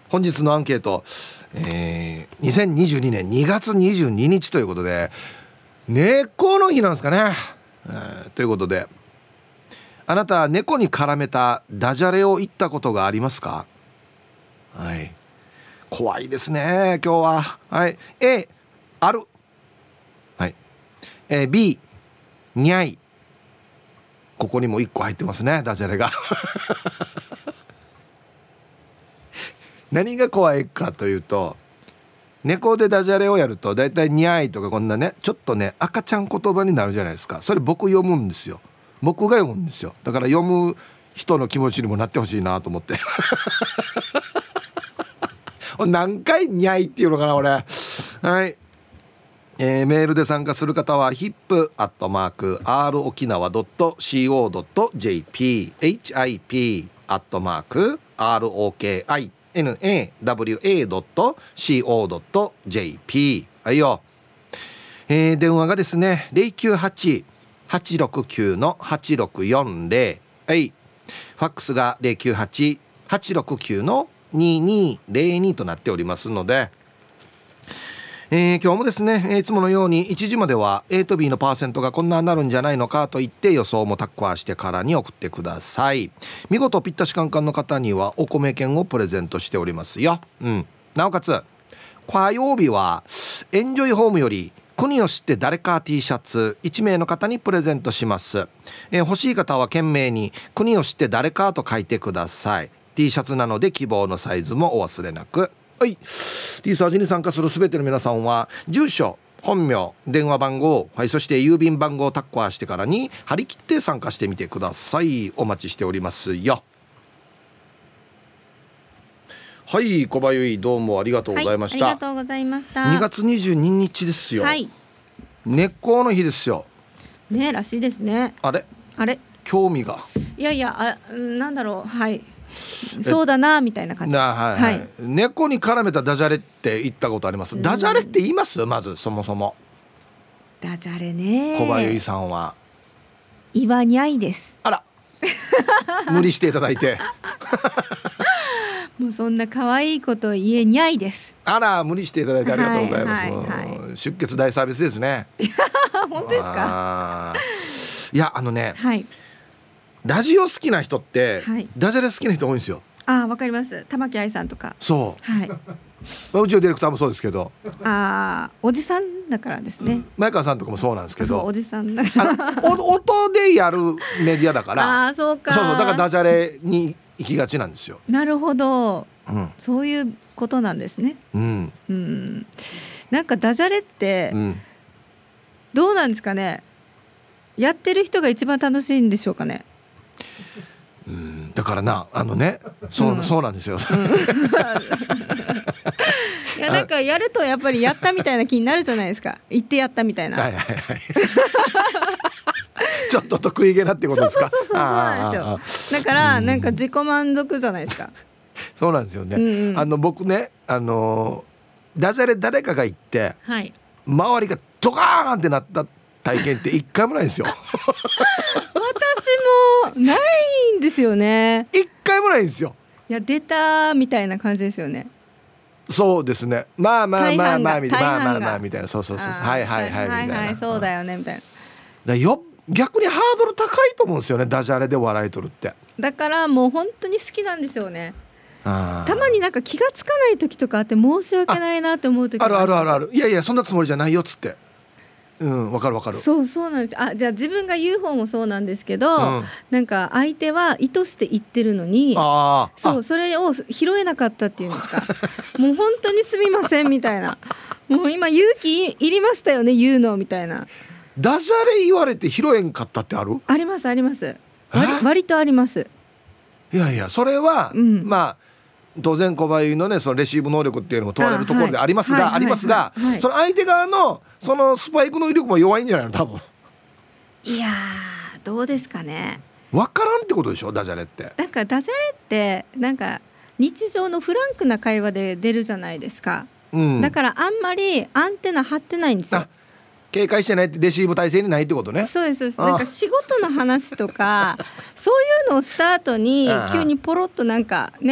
本日のアンケート、2022年2月22日ということで猫の日なんですかね、ということで、あなた猫に絡めたダジャレを言ったことがありますか？はい、怖いですね今日は。はい、A ある、はい、B にゃい。ここにも1個入ってますね、ダジャレが何が怖いかというと、猫でダジャレをやるとだいたいにゃいとかこんなねちょっとね赤ちゃん言葉になるじゃないですか。それ僕読むんですよ、僕が読むんですよ。だから読む人の気持ちにもなってほしいなと思って何回にゃいっていうのかな俺。はい、メールで参加する方は hip@rokinawa.co.jp hip@rokinawa.co.jp はいよ。電話がですね 098-869-8640、 はい、ファックスが 098-869-2202 となっておりますので、今日もですね、いつものように1時までは A と B のパーセントがこんなになるんじゃないのかと言って予想もタッカーしてからに送ってください。見事ぴったしカンカンの方にはお米券をプレゼントしておりますよ。なおかつ火曜日はエンジョイホームより国を知って誰か T シャツ1名の方にプレゼントします。欲しい方は懸命に国を知って誰かと書いてください。 T シャツなので希望のサイズもお忘れなく。はい、T サージに参加するすべての皆さんは住所、本名、電話番号、はい、そして郵便番号をタッカーしてからに張り切って参加してみてください。お待ちしておりますよ。はい、小林どうもありがとうございました。 はい、ありがとうございました。 2月22日ですよ。はい、根っこの日ですよね、らしいですね。 あれ興味がいやなんだろう、はい、そうだなみたいな感じです。 はいはいはい、猫に絡めたダジャレって言ったことあります？ダジャレって言います？まずそもそもダジャレね。 小林さんは岩にゃいです。 あら無理していただいてもうそんな可愛いこと言えにゃいです。 あら無理していただいてありがとうございます。 はいはいはい、 出血大サービスですね本当ですか？ いやはい、ラジオ好きな人って、はい、ダジャレ好きな人多いんですよ。 わかります。玉木愛さんとか。そう、はい、 うちのディレクターもそうですけど、 おじさんだからですね。 前川さんとかもそうなんですけど、 おじさんだから音でやるメディアだからそうか。 そうだからダジャレに行きがちなんですよ。 なるほど、そういうことなんですね。なんかダジャレって、どうなんですかね。やってる人が一番楽しいんでしょうかね。 だからそうなんですよ、 いやなんかやるとやっぱりやったみたいな気になるじゃないですか。言ってやったみたいな、はいはいはいちょっと得意げなってことですか。 そうなんですよ。だからなんか自己満足じゃないですか。 そうなんですよね。僕ねダジャレ誰かが言って、はい、周りがドカーンってなった体験って一回もないんですよ私もないんですよね。 一回もないんですよ。 いや出たみたいな感じですよね。 そうですね。まあみたいなみたいなそうはいはいみたいなそうだよねみたいな。逆にハードル高いと思うんですよね、ダジャレで笑い取るって。 だからもう本当に好きなんですよね。たまになんか気がつかない時とかあって申し訳ないなって思う時ある。いやそんなつもりじゃないよっつって。わかる。そうなんです。じゃあ自分が言う方もそうなんですけど、なんか相手は意図して言ってるのにそれを拾えなかったっていうんですかもう本当にすみませんみたいな、もう今勇気いりましたよね言うのみたいな。 ダジャレ言われて拾えんかったってある？ あります。割とあります。 いやそれは、まあ当然小林のねそのレシーブ能力っていうのも問われるところでありますが、その相手側のそのスパイクの威力も弱いんじゃないの多分。 いやどうですかね。 分からんってことでしょダジャレって。 なんかダジャレってなんか日常のフランクな会話で出るじゃないですか、だからあんまりアンテナ張ってないんですよ。 警戒してないってレシーブ体制にないってことね。 そうです。なんか仕事の話とかそういうのをした後に急にポロッとなんかね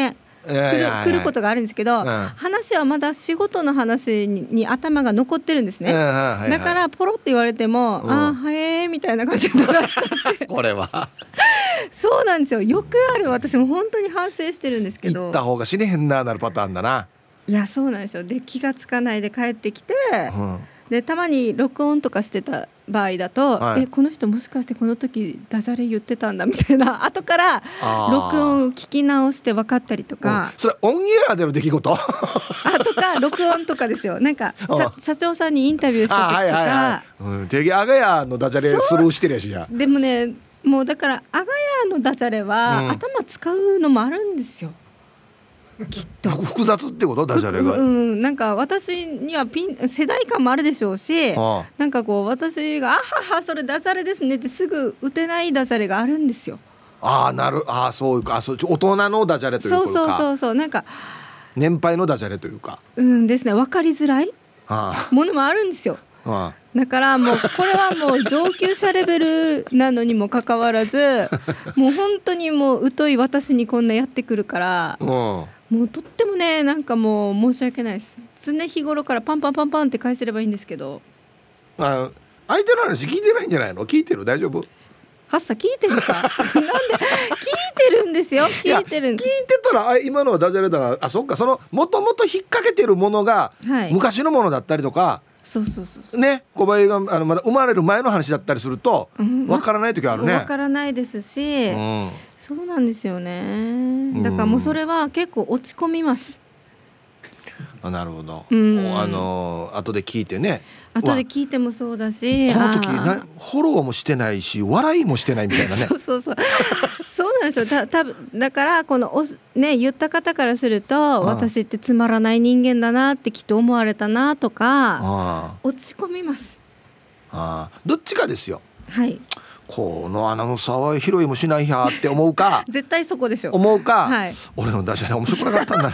来ることがあるんですけど、話はまだ仕事の話に頭が残ってるんですね。だからポロって言われても、あはえーみたいな感じでらっしゃってこれはそうなんですよ。よくある。私も本当に反省してるんですけど、 行った方が死ねへんなるパターンだな。 いやそうなんですよ。で気がつかないで帰ってきて、でたまに録音とかしてた場合だと、この人もしかしてこの時ダジャレ言ってたんだみたいな後から録音を聞き直して分かったりとか、 それオンエアでの出来事とか録音とかですよ。なんか社長さんにインタビューした時とか、 テゲアガヤのダジャレスルーしてるやしや。 でもね、もうだからアガヤのダジャレは、頭使うのもあるんですよきっと。 複雑ってことダジャレが、 なんか私には世代感もあるでしょうし、なんかこう私があははそれダジャレですねってすぐ打てないダジャレがあるんですよ。 そういうか、大人のダジャレというか、 そうなんか年配のダジャレというか、 ですね、分かりづらいものもあるんですよ。だからもうこれはもう上級者レベルなのにもかかわらずもう本当にもう疎い私にこんなやってくるから、もうとってもね、なんかもう申し訳ないです。常日頃からパンパンパンパンって返せればいいんですけど、 相手の話聞いてないんじゃないの？聞いてる？大丈夫？ はっさ聞いてるさなんで聞いてるんですよ。聞いてるんです。 聞いてたら今のはダジャレだな。そっか、そのもともと引っ掛けてるものが昔のものだったりとか、 そうね、小林がまだ生まれる前の話だったりするとわからない時あるね。 わからないですし、そうなんですよね。だからもうそれは結構落ち込みます。 なるほど。後で聞いてね。 後で聞いてもそうだし、 この時フォローもしてないし笑いもしてないみたいなね。 そうなんですよ。多分だからこの言った方からすると、私ってつまらない人間だなってきっと思われたなとか落ち込みます。 どっちかですよ。 はい。このアナウンサーは拾いもしないやって思うか絶対そこでしょ。 思うか、俺のダジャレ面白くなかったんだな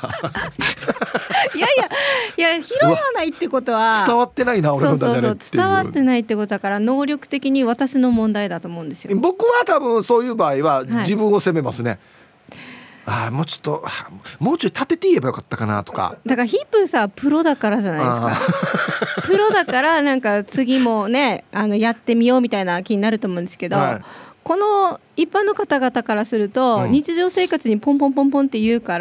いや拾わないってことは伝わってないな、俺のダジャレっていう。 伝わってないってことだから、能力的に私の問題だと思うんですよ。 僕は多分そういう場合は自分を責めますね。もうちょい立てて言えばよかったかなとか。 だからヒップさプロだからじゃないですかプロだからなんか次もねやってみようみたいな気になると思うんですけど、この一般の方々からすると、日常生活にポンポンポンポンって言うから、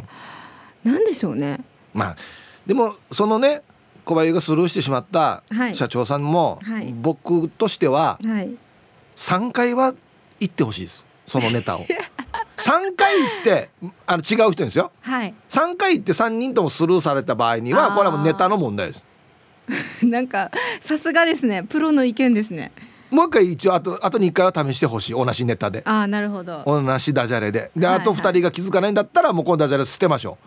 なんでしょうね。 でもそのね、小林がスルーしてしまった社長さんも、僕としては3回は言ってほしいです、そのネタを3回言って違う人ですよ、3回言って3人ともスルーされた場合にはこれはもうネタの問題ですなんかさすがですね、プロの意見ですね。 もう一回一応あと2回は試してほしい、同じネタで。 なるほど。 同じダジャレであと2人が気づかないんだったらもうこのダジャレ捨てましょ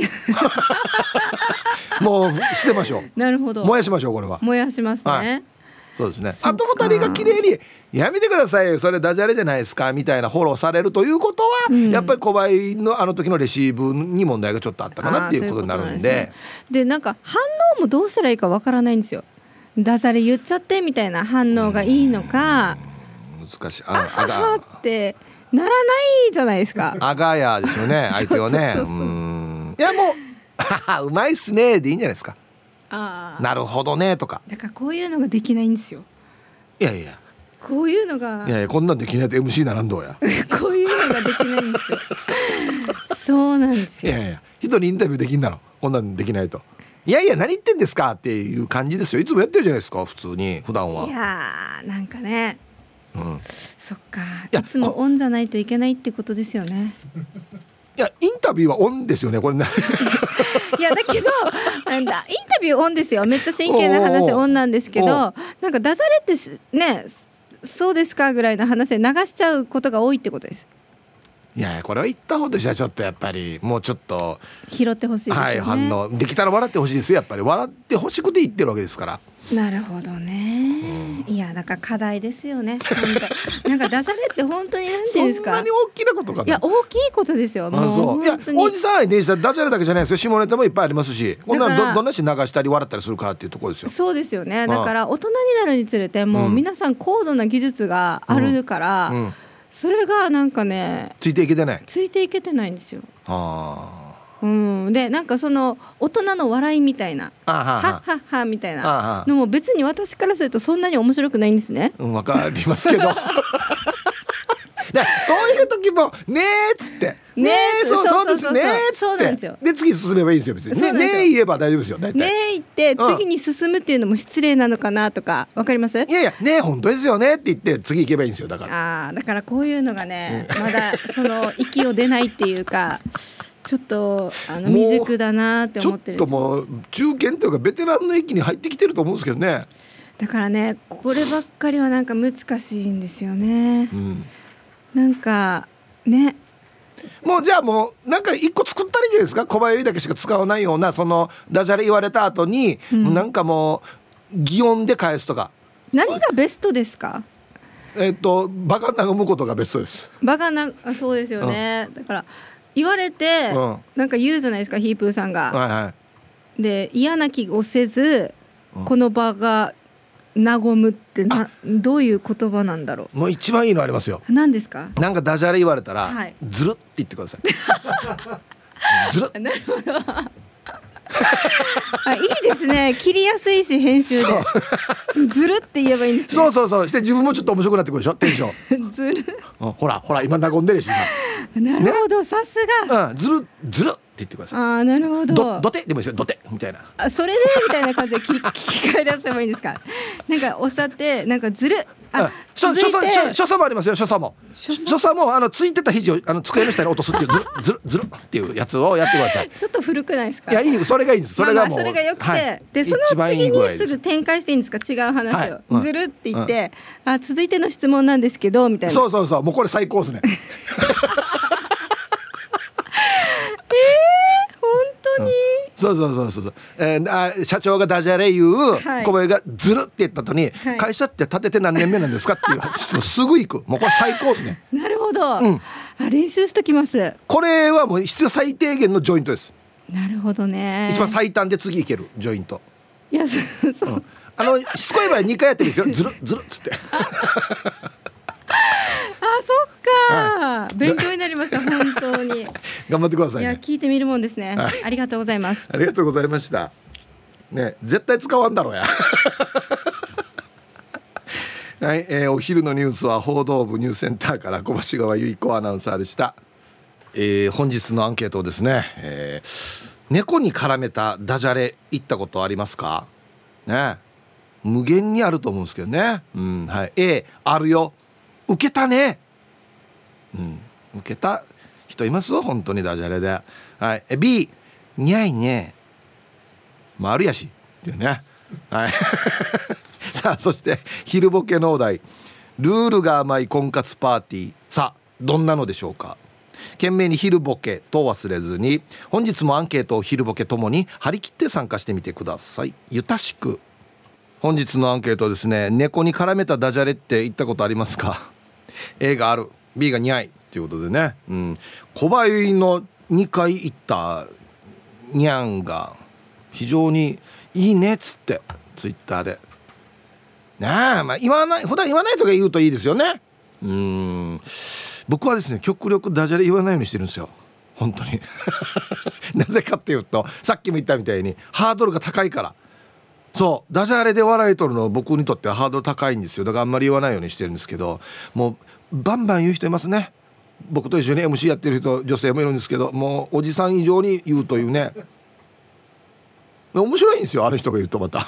うもう捨てましょう。 なるほど。 燃やしましょう。これは燃やしますね。 そうですね。あと2人が綺麗にやめてくださいよ、それダジャレじゃないですかみたいなフォローされるということは、やっぱり小林の時のレシーブに問題がちょっとあったかなっていうことになるんで、 でなんか反応もどうしたらいいかわからないんですよ。ダジャレ言っちゃってみたいな反応がいいのか、 難しい。 あはってならないじゃないですか。 あがやですよね、相手はね。いやもううまいっすねでいいんじゃないですか。なるほどねとか。 だからこういうのができないんですよ。 いやこういうのがこんなんできないと MC ならんどうやこういうのができないんですよそうなんですよ。 人にインタビューできんだろ、こんなんできないと。何言ってんですかっていう感じですよ。いつもやってるじゃないですか、普通に普段は。 なんかね、そっか、いつもオンじゃないといけないってことですよね。 インタビューはオンですよね、これねいやだけどインタビューオンですよ。めっちゃ真剣な話オンなんですけど、なんかダジャレってね、そうですかぐらいの話で流しちゃうことが多いってことです。 これは言った方としてはちょっとやっぱりもうちょっと拾ってほしいですよね。 反応できたら笑ってほしいですよ。やっぱり笑ってほしくて言ってるわけですから。 なるほどね。だから課題ですよね。なんかダジャレって本当に何ていうんですか。 そんなに大きなことかな。 大きいことですよ。もうおじさんにダジャレだけじゃないですよ。下ネタもいっぱいありますし、こんなどんなし流したり笑ったりするかっていうところですよ。 そうですよね。だから大人になるにつれてもう皆さん高度な技術があるから、 それがなんかねついていけてないんですよ。でなんかその大人の笑いみたいなはっはっはみたいなのも別に私からするとそんなに面白くないんですね。 わかりますけどそういう時もねえっつってねえそうですねそうなんですよ。 で次進めばいいんですよ別にねえ言えば大丈夫ですよ。ねえ言って次に進むっていうのも失礼なのかなとかわかります？ いやいやねえ本当ですよねって言って次行けばいいんですよ。だからだからこういうのがねまだその息を出ないっていうかちょっと未熟だなって思ってるんですよ。 ちょっともう中堅というかベテランの域に入ってきてると思うんですけどね。 だからねこればっかりはなんか難しいんですよね。なんかねもうじゃあもうなんか一個作ったらいいじゃないですか。小林だけしか使わないようなそのダジャレ言われた後に、なんかもう擬音で返すとか。 何がベストですか？ バカなむことがベストです。 そうですよね、だから言われて、なんか言うじゃないですかヒープーさんが、で嫌な気をせず、この場が和むってどういう言葉なんだろう。 もう一番いいのありますよ。 何ですか？ なんかダジャレ言われたら、ずるって言ってください。ずる。 なるほどいいですね。切りやすいし編集でずるって言えばいいんですね。 そうして自分もちょっと面白くなってくるでしょテンションずるほら今和んでるしなるほど、さすが、 ずるって言ってください。 なるほど。 どてでもいいですよ。どてみたいな。 それでみたいな感じで聞き換え出せばいいんですか？なんかおっしゃってなんかずる所作もありますよ。所作もついてた肘を机の下に落とすっていうずるっていうやつをやってください。 ちょっと古くないですか？ いやいい、それがいいんです。それがもう、 それが良くて、でその次にすぐ展開していいんですか？違う話を、ずるって言って、続いての質問なんですけどみたいな。 そうもうこれ最高ですね。 本当に、 そう社長がダジャレ言う、小林がずるって言った後に、会社って立てて何年目なんですかっていう質問すぐ行く。もうこれ最高ですね。 なるほど、練習しときます。 これはもう必要最低限のジョイントです。 なるほどね。 一番最短で次いけるジョイント。 いやしつこい場合2回やってるんですよ。ずるっつってそっか、勉強になりました本当に。 頑張ってくださいね。 いや聞いてみるもんですね、ありがとうございます。 ありがとうございましたね。絶対使わんだろうやはい、お昼のニュースは報道部ニュースセンターから小橋川由依子アナウンサーでした。本日のアンケートですね、猫に絡めたダジャレ言ったことありますかね。無限にあると思うんですけどね、A あるよ、受けたね、受けた人います本当にダジャレで。B にゃいね、丸やしっていうね。さあそして昼ボケのお題、ルールが甘い婚活パーティー、さあどんなのでしょうか。懸命に昼ボケと忘れずに、本日もアンケートを昼ボケともに張り切って参加してみてください。ゆたしく。本日のアンケートですね、猫に絡めたダジャレって言ったことありますか？ A がある、 B がにゃいということでね、小林の2回言ったにゃんが非常にいいねっつってツイッターでね、言わない、普段言わないとか言うといいですよね。僕はですね極力ダジャレ言わないようにしてるんですよ本当になぜかっていうと、さっきも言ったみたいにハードルが高いから。そうダジャレで笑い取るの僕にとってはハードル高いんですよ。だからあんまり言わないようにしてるんですけど、もうバンバン言う人いますね。僕と一緒に MC やってる人、女性もいるんですけど、もうおじさん以上に言うというね。面白いんですよある人が言うとまた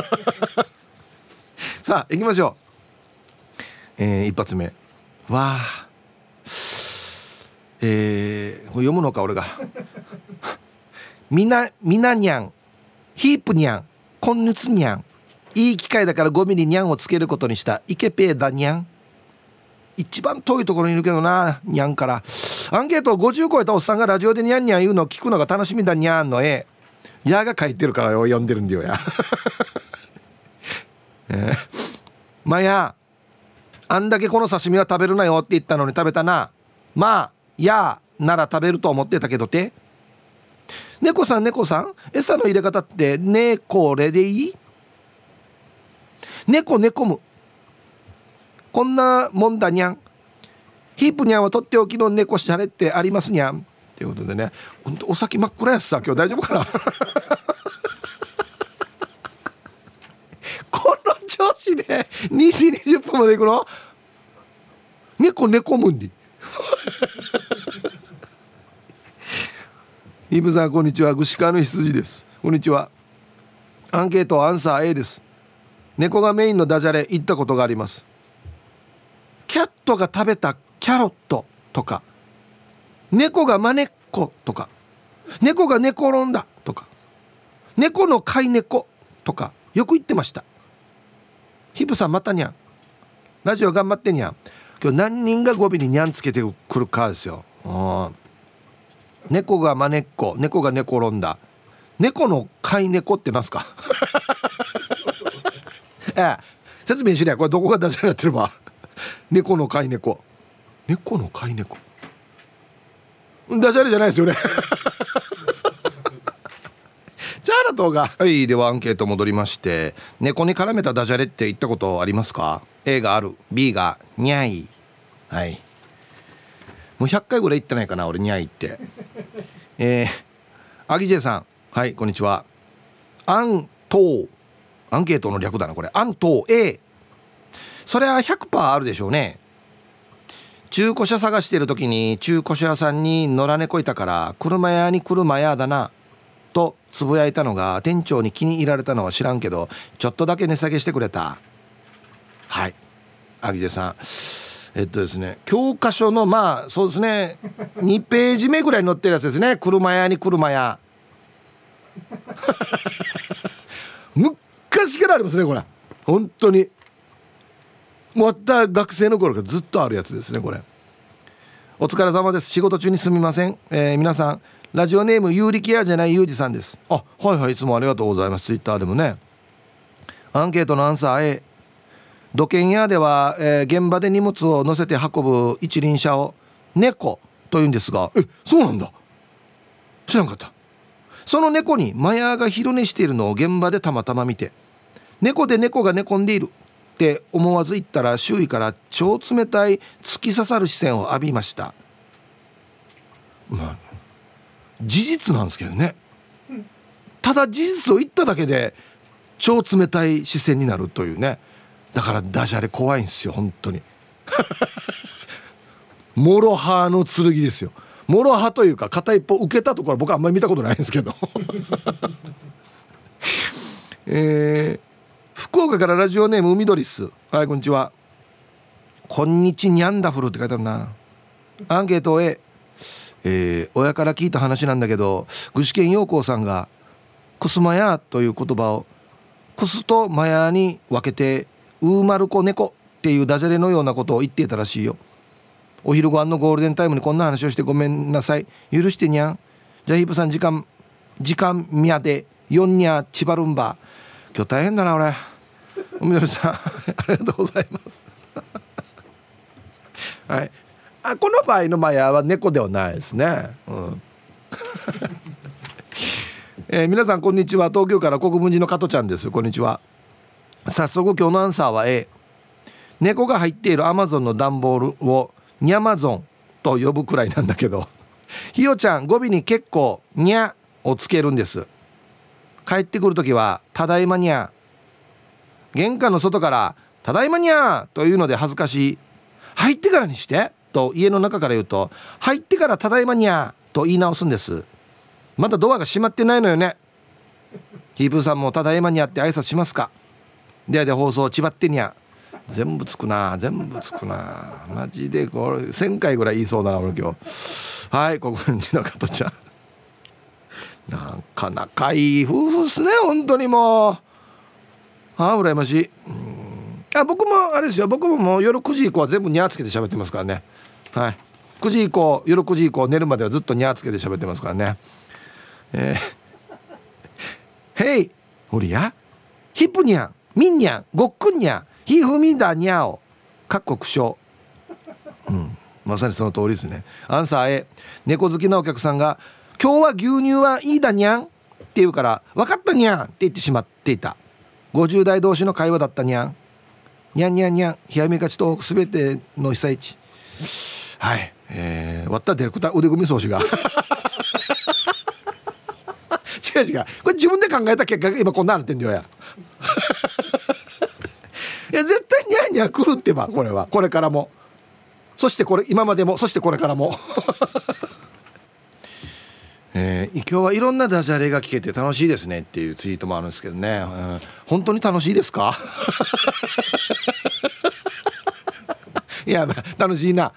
さあ行きましょう。一発目わあ、これ読むのか俺がみなにゃん、ヒープにゃん、こんぬつにゃん、いい機会だからゴミににゃんをつけることにしたイケペーだにゃん。一番遠いところにいるけどな、にゃんから。アンケートを50超えたおっさんがラジオでにゃんにゃん言うのを聞くのが楽しみだにゃんの絵、やが書いてるからよ読んでるんだよやまあやあんだけこの刺身は食べるなよって言ったのに食べたな。まあやなら食べると思ってたけどて。猫さん餌の入れ方ってねこれでいい？猫むこんなもんだにゃん。 ヒープにゃんはとっておきの猫しゃれってありますにゃんということでね、ほんとお先真っ暗やつさ、今日大丈夫かなこの調子で2時20分まで行くの？猫むんにイブさんこんにちは、ぐしかの羊です。こんにちは。アンケートアンサー A です。猫がメインのダジャレ行ったことがあります。キャットが食べたキャロットとか、猫がまねっことか、猫が寝転んだとか、猫の飼い猫とかよく言ってました。ヒブさんまたにゃん、ラジオ頑張ってにゃん。今日何人が語尾ににゃんつけてくるかですよ。猫がまねっこ、猫が寝転んだ、猫の飼い猫ってなんすか説明しりゃこれどこがダジャレやってれば猫の飼い猫、猫の飼い猫ダジャレじゃないですよねじゃあなとがはい。ではアンケート戻りまして、猫に絡めたダジャレって言ったことありますか？ A がある、 B がにゃい。はい、もう100回ぐらい言ってないかな俺にゃいってアギジェさん、はい、こんにちは。アンケートの略だなこれ。アント A、 それは 100% あるでしょうね。中古車探している時に中古車屋さんに野良猫いたから車屋に車屋だなとつぶやいたのが店長に気に入られたのは知らんけど、ちょっとだけ値下げしてくれた。はい、アギジェさん、ですね、教科書のまあそうですね2ページ目ぐらいに載ってるやつですね。車屋に車屋昔からありますねこれ。本当にもうあった学生の頃からずっとあるやつですねこれ。お疲れ様です。仕事中にすみません。皆さんラジオネーム有力屋じゃないゆうじさんです。あ、はいはい、いつもありがとうございます。ツイッターでもね。アンケートのアンサー A、土建屋では、現場で荷物を乗せて運ぶ一輪車を猫というんですが、そうなんだ、知らんかった。その猫にマヤが昼寝しているのを現場でたまたま見て、猫で猫が寝込んでいるって思わず言ったら周囲から超冷たい突き刺さる視線を浴びました。まあ事実なんですけどね、ただ事実を言っただけで超冷たい視線になるというね。だからダジャレ怖いんですよ本当にモロハの剣ですよ。モロハというか片一方受けたところ僕はあんまり見たことないんですけど福岡からラジオネーム海ドリス、はい、こんにちは。こんにちにゃんだフルって書いてあるな。アンケート A、親から聞いた話なんだけど、具志堅用高さんがクスマヤという言葉をクスとマヤに分けてウーマルコ猫っていうダジャレのようなことを言っていたらしいよ。お昼ご飯のゴールデンタイムにこんな話をしてごめんなさい、許してにゃん。じゃあヒープさん時間みやで4にゃ千葉ルンバ。今日大変だな俺。おみどりさんありがとうございますはい、この場合のマヤは猫ではないですね、皆さんこんにちは。東京から国分寺の加トちゃんです。こんにちは。早速今日のアンサーは A、 猫が入っているアマゾンの段ボールをニャマゾンと呼ぶくらいなんだけど、ひよちゃん語尾に結構ニャをつけるんです。帰ってくるときはただいまにゃ、玄関の外からただいまにゃというので恥ずかしい。入ってからにしてと家の中から言うと、入ってからただいまにゃと言い直すんです。まだドアが閉まってないのよね。ヒープーさんもただいまにゃって挨拶しますか？で放送ちばってにゃ、全部つくなマジでこれ1000回ぐらい言いそうだな俺今日。はい、国分寺の加トちゃんなんか仲いい夫婦っすね本当にもう。羨ましい。僕もあれですよ、僕ももう夜9時以降は全部ニャーつけて喋ってますからね。はい、9時以降、夜9時以降寝るまではずっとニャーつけて喋ってますからね。へいほりやヒップニャンミンニャンごっくんニャンヒーフミダニャオかっこ苦笑。まさにその通りですね。アンサー A、 猫好きなお客さんが今日は牛乳はいいだにゃんって言うから分かったにゃんって言ってしまっていた。50代同士の会話だったにゃん。にゃんにゃんにゃん冷やみ勝ち東北すべての被災地。 はい、割ったディレクター腕組み掃除が違うこれ自分で考えた結果が今こんななってんだよやいや絶対ニャーニャー来るってば、これはこれからも、そしてこれ今までも、そしてこれからも今日はいろんなダジャレが聞けて楽しいですねっていうツイートもあるんですけどね、本当に楽しいですかいや楽しいな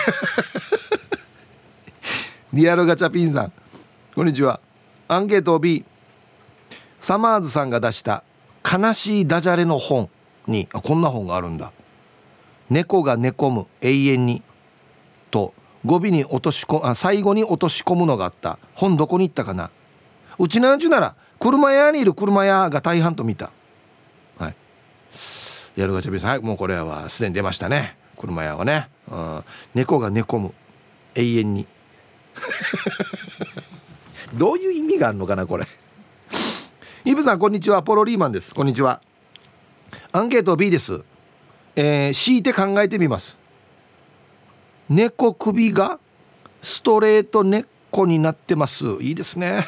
リアルガチャピンさんこんにちは。アンケート B、 サマーズさんが出した悲しいダジャレの本にこんな本があるんだ。猫が寝込む永遠にと語尾に最後に落とし込むのがあった。本どこに行ったかな。うちのうちなら車屋にいる車屋が大半と見た。はい、やるガチャピンさん、はい、もうこれはすでに出ましたね、車屋はね、猫が寝込む永遠にどういう意味があるのかなこれイブさんこんにちは、ポロリーマンです。こんにちは。アンケート B です。強いて考えてみます。猫首がストレート根っこになってます。いいですね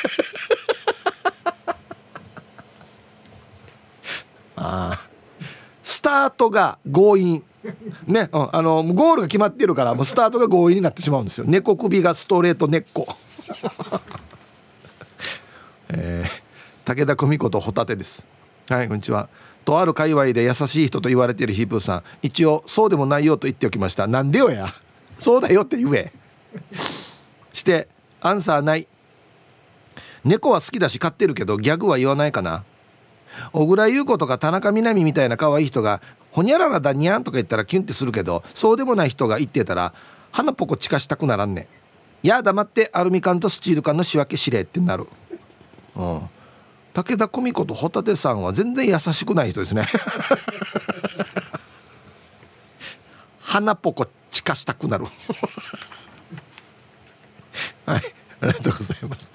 スタートが強引ね、ゴールが決まってるからもうスタートが強引になってしまうんですよ。猫首がストレート根っこ武田久美子とホタテです。はい、こんにちは。とある界隈で優しい人と言われているヒープーさん、一応そうでもないよと言っておきました。なんでよやそうだよって言えしてアンサーない。猫は好きだし飼ってるけどギャグは言わないかな。小倉優子とか田中みな実みたいな可愛い人がほにゃららだにゃんとか言ったらキュンってするけど、そうでもない人が言ってたら鼻ポコチカしたくならんね。いや黙ってアルミ缶とスチール缶の仕分けしれってなる。武田久美子とホタテさんは全然優しくない人ですね鼻ポコチカしたくなるはい、ありがとうございます。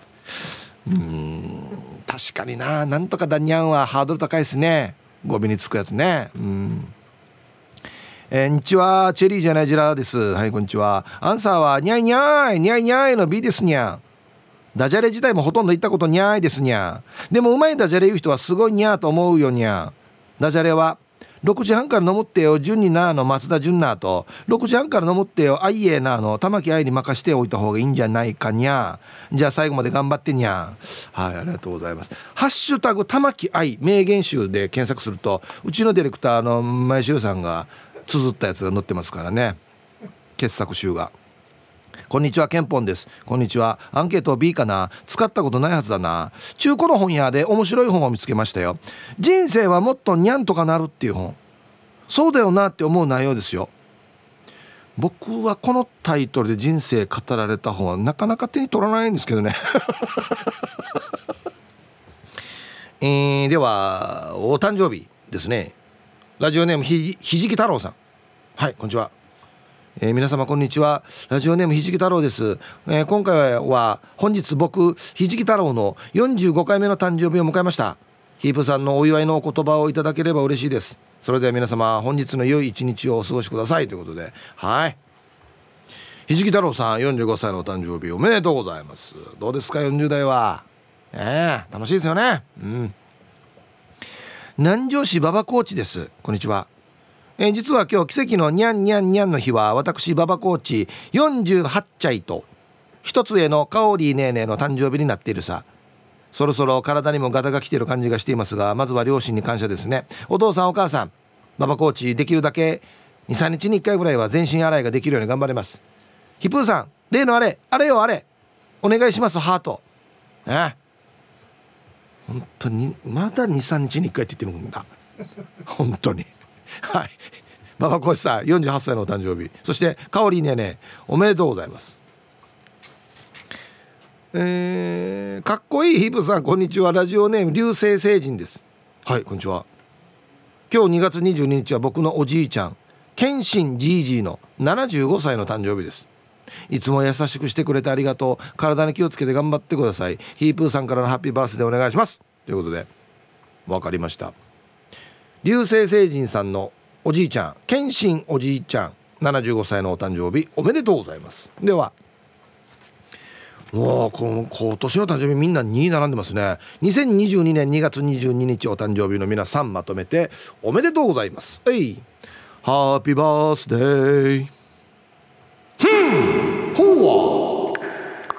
確かになんとかだにゃんはハードル高いですね、語尾につくやつね。にちは、チェリーじゃないジラです。はい、こんにちは。アンサーはにゃいにゃいにゃいにゃいの B ですにゃ。ダジャレ自体もほとんど言ったことにゃいですにゃ。でもうまいダジャレ言う人はすごいにゃと思うよにゃ。ダジャレは6時半から飲むってよ順になの松田純なと、6時半から飲むってよあいえなの玉木愛に任しておいた方がいいんじゃないかにゃ。じゃあ最後まで頑張ってにゃ。はい、ありがとうございます。ハッシュタグ玉木愛名言集で検索するとうちのディレクターの前城さんが綴ったやつが載ってますからね、傑作集が。こんにちは、ケンポンです。こんにちは。アンケート B かな。使ったことないはずだな。中古の本屋で面白い本を見つけましたよ。人生はもっとにゃんとかなるっていう本。そうだよなって思う内容ですよ。僕はこのタイトルで人生語られた本はなかなか手に取らないんですけどねではお誕生日ですね。ラジオネームひじき太郎さん。はい、こんにちは。皆様こんにちは。ラジオネームひじき太郎です。今回は本日僕ひじき太郎の45回目の誕生日を迎えました。ヒープさんのお祝いのお言葉をいただければ嬉しいです。それでは皆様本日の良い一日をお過ごしくださいということで、はい、ひじき太郎さん45歳のお誕生日おめでとうございます。どうですか40代は。楽しいですよね。南城市馬場コーチです。こんにちは。実は今日奇跡のにゃんにゃんにゃんの日は私馬場コーチ48歳と一つ上のカオリーネーネーの誕生日になっているさ。そろそろ体にもガタが来ている感じがしていますが、まずは両親に感謝ですね。お父さんお母さん、馬場コーチできるだけ 2,3 日に1回ぐらいは全身洗いができるように頑張れます。ヒプーさん例のあれよあれお願いします。ハート本当にまだ 2,3 日に1回って言ってるんだ本当にはい、馬場コーチさん48歳のお誕生日、そしてカオリーねねおめでとうございます。かっこいいヒプさんこんにちは。ラジオネーム流星星人です。はい、こんにちは。今日2月22日は僕のおじいちゃん謙信じいじいの75歳の誕生日です。いつも優しくしてくれてありがとう。体に気をつけて頑張ってください。ヒープーさんからのハッピーバースデーお願いしますということで、分かりました。流星星人さんのおじいちゃん謙信おじいちゃん 75歳のお誕生日おめでとうございます。ではもう今年の誕生日みんな2並んでますね。2022年2月22日お誕生日の皆さんまとめておめでとうございます。はい、ハッピーバースデー。ほー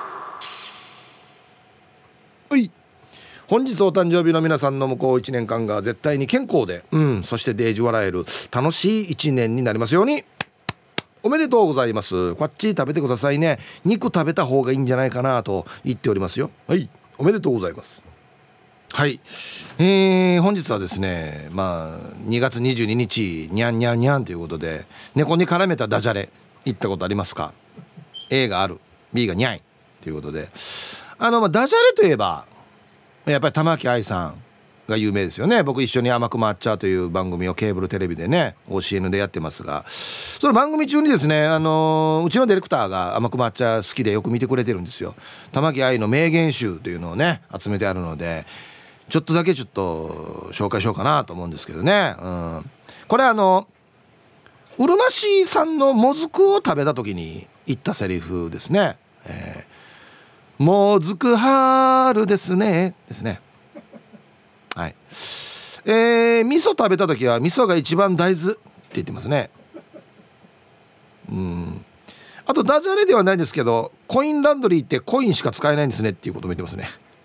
はい、本日お誕生日の皆さんの向こう1年間が絶対に健康で、そしてデージ笑える楽しい1年になりますように。おめでとうございます。こっち食べてくださいね。肉食べた方がいいんじゃないかなと言っておりますよ。はい、おめでとうございます。はい、本日はですね、2月22日にゃんにゃんにゃんということで、猫に絡めたダジャレ行ったことありますか？ A がある、 B がにゃいということで、ダジャレといえばやっぱり玉木愛さんが有名ですよね。僕一緒に甘く抹茶という番組をケーブルテレビでね OCN でやってますが、その番組中にですね、うちのディレクターが甘く抹茶好きでよく見てくれてるんですよ。玉木愛の名言集というのをね集めてあるので、ちょっとだけ紹介しようかなと思うんですけどね、これうるま市さんのもずくを食べた時に言ったセリフですね。もずく春ですねですね。はい、味噌食べた時は味噌が一番大豆って言ってますね。あとダジャレではないんですけど、コインランドリーってコインしか使えないんですねっていうことも言ってますね。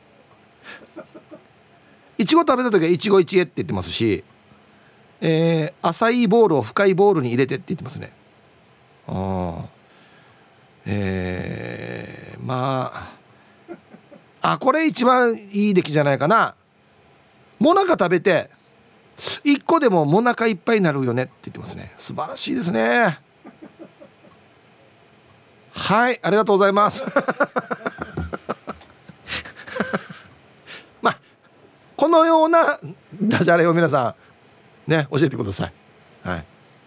いちご食べた時は一期一会って言ってますし、浅いボールを深いボールに入れてって言ってますね。これ一番いい出来じゃないかな。もなか食べて1個でももなかいっぱいになるよねって言ってますね。素晴らしいですね。はい、ありがとうございますこのようなダジャレを皆さんね教えてください。はい、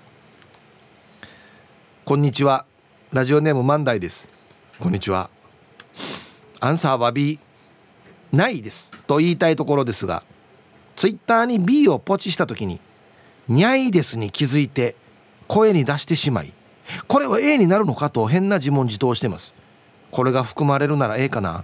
こんにちは、ラジオネーム万代です。こんにちは。アンサーは B ないですと言いたいところですが、ツイッターに B をポチした時ににゃいですに気づいて声に出してしまい、これは A になるのかと変な自問自答してます。これが含まれるなら A かな。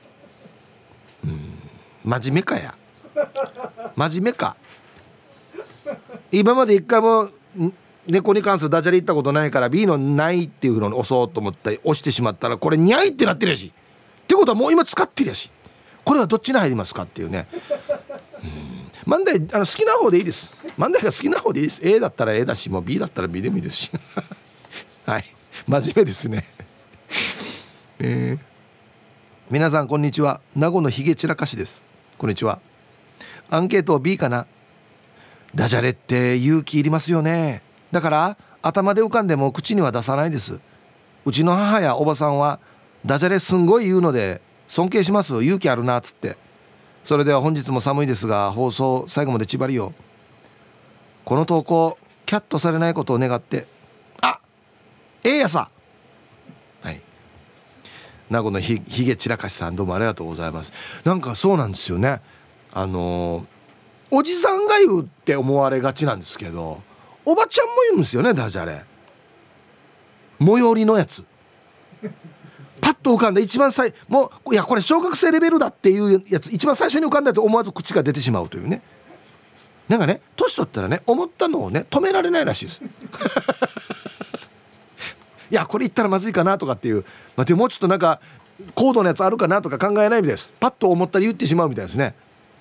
真面目かや。真面目か。今まで一回も猫に関するダジャレ言ったことないから B のないっていうのに押そうと思って押してしまったら、これにゃいってなってるやしってことはもう今使ってるやし、これはどっちに入りますかっていうね。万代好きな方でいいです。万代が好きな方でいいです。 A だったら A だし、もう B だったら B でもいいですしはい、真面目ですね皆さんこんにちは、名護のひげ散らかしです。こんにちは。アンケート B かな。ダジャレって勇気いりますよね。だから頭で浮かんでも口には出さないです。うちの母やおばさんはダジャレすんごい言うので尊敬します、勇気あるなっつって。それでは本日も寒いですが放送最後まで縛りよ。この投稿キャットされないことを願って、やさ。はい、名護のひげ散らかしさん、どうもありがとうございます。なんかそうなんですよね。おじさんが言うって思われがちなんですけど、おばちゃんも言うんですよね、ダジャレ。最寄りのやつパッと浮かんだ一番もういやこれ小学生レベルだっていうやつ一番最初に浮かんだやつ思わず口が出てしまうというね。なんかね、年取ったらね思ったのをね止められないらしいですいやこれ言ったらまずいかなとかっていう、でももうちょっとなんか高度なやつあるかなとか考えないみたいです。パッと思ったり言ってしまうみたいですね。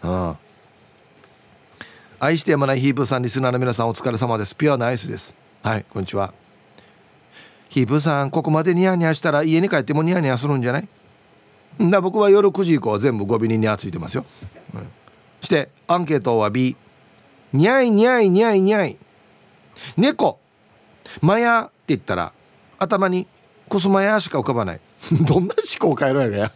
愛してやまないヒープーさん、リスナーの皆さんお疲れ様です。ピュアなアイスです。はい、こんにちは。ヒープーさん、ここまでニヤニヤしたら家に帰ってもニヤニヤするんじゃない？僕は夜9時以降は全部語尾にニヤついてますよ。してアンケートは B。 ニャイニャイニャイニャイ。猫マヤって言ったら頭にコスマヤしか浮かばないどんな思考回路やがや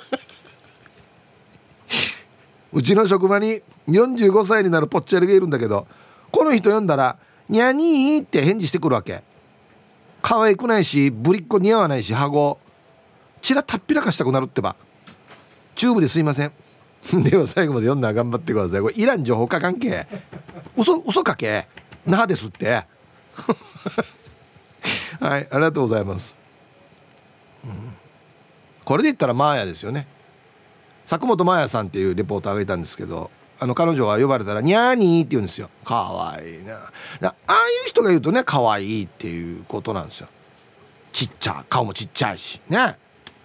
うちの職場に45歳になるぽっちゃりがいるんだけど、この人呼んだらニャニーって返事してくるわけ。可愛くないしぶりっ子似合わないし歯語チラたっぴらかしたくなるってば。チューブですいませんでは最後まで読んだら頑張ってください。これイラン情報化関係嘘かけ那覇ですってはい、ありがとうございます、これで言ったらマーヤですよね。佐本マーヤさんっていうレポーターがいたんですけど、彼女は呼ばれたらニャーニーって言うんですよ。かわいいな。ああいう人が言うとね、かわいいっていうことなんですよ。ちっちゃい、顔もちっちゃいしね、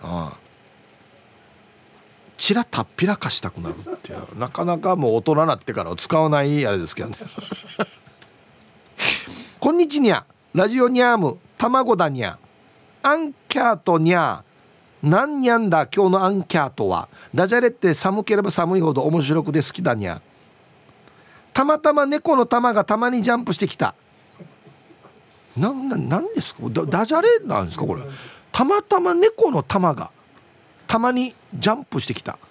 チラたっぴらかしたくなるっていう、なかなかもう大人になってから使わないあれですけどねこんにちにゃ、ラジオニャーム卵だにゃ、アンキャートにゃ、なんにゃんだ今日のアンキャートは、ダジャレって寒ければ寒いほど面白くて好きだにゃ。たまたま猫の玉がたまにジャンプしてきた。なんですか、ダジャレなんですかこれ。たまたま猫の玉がたまにジャンプしてきた。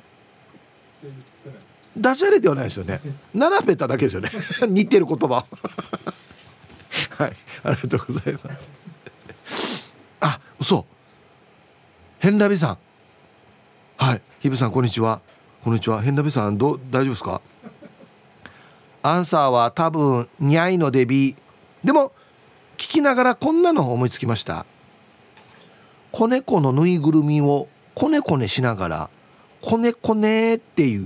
ダジャレではないですよね。並べただけですよね似てる言葉はい、ありがとうございますあ、嘘、ヘンラビさん、はい、ヒブさんこんにちは。こんにちは。ヘンラビさん大丈夫ですか？アンサーは多分にゃいのデビ。でも聞きながらこんなの思いつきました。子猫のぬいぐるみをこねこねしながらこねこねっていう、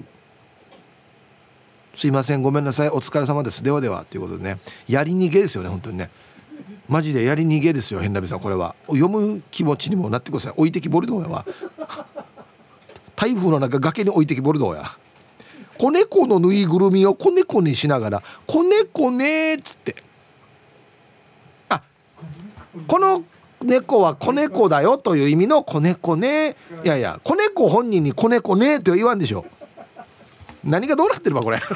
すいませんごめんなさいお疲れ様ですではではということでね、やり逃げですよね本当にね、マジでやり逃げですよヘンラビさん。これは読む気持ちにもなってください。置いてきぼりどうやは台風の中崖に置いてきぼりどうや。子猫のぬいぐるみをこねこねしながらこねこねっつって、あ、この猫は子猫だよという意味の子猫ね。いやいや、子猫本人に子猫ねと言わんでしょ。何がどうなってるばこれ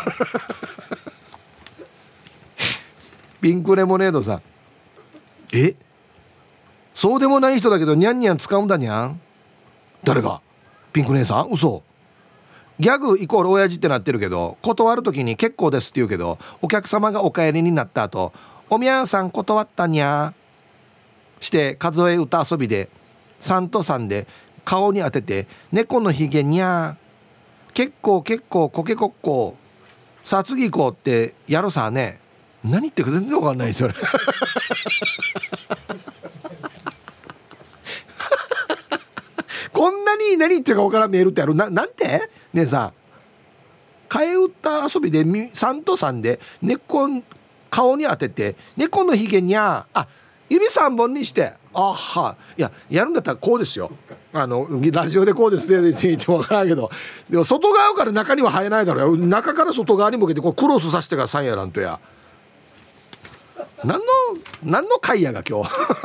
ピンクレモネードさん、そうでもない人だけどニャンニャン使うんだにゃん。誰が？ピンク姉さん？嘘。ギャグイコール親父ってなってるけど、断るときに結構ですって言うけど、お客様がお帰りになった後、おみゃーさん断ったにゃーして数え歌遊びで3と3で顔に当てて猫のひげにゃー、結構コケコッコー、さあ次行こうってやるさね。何言ってるか全然わかんないですよねこんなに何言ってるかわからんメールってある。なんて姉さん、替え歌遊びで3と3で猫顔に当てて猫のひげにゃー、指3本にして、あは、いややるんだったらこうですよ。ラジオでこうですねって言ってもわからんけど、でも外側から中には生えないだろう。中から外側に向けてこうクロスさせてから3やらんとや。何の会やが今日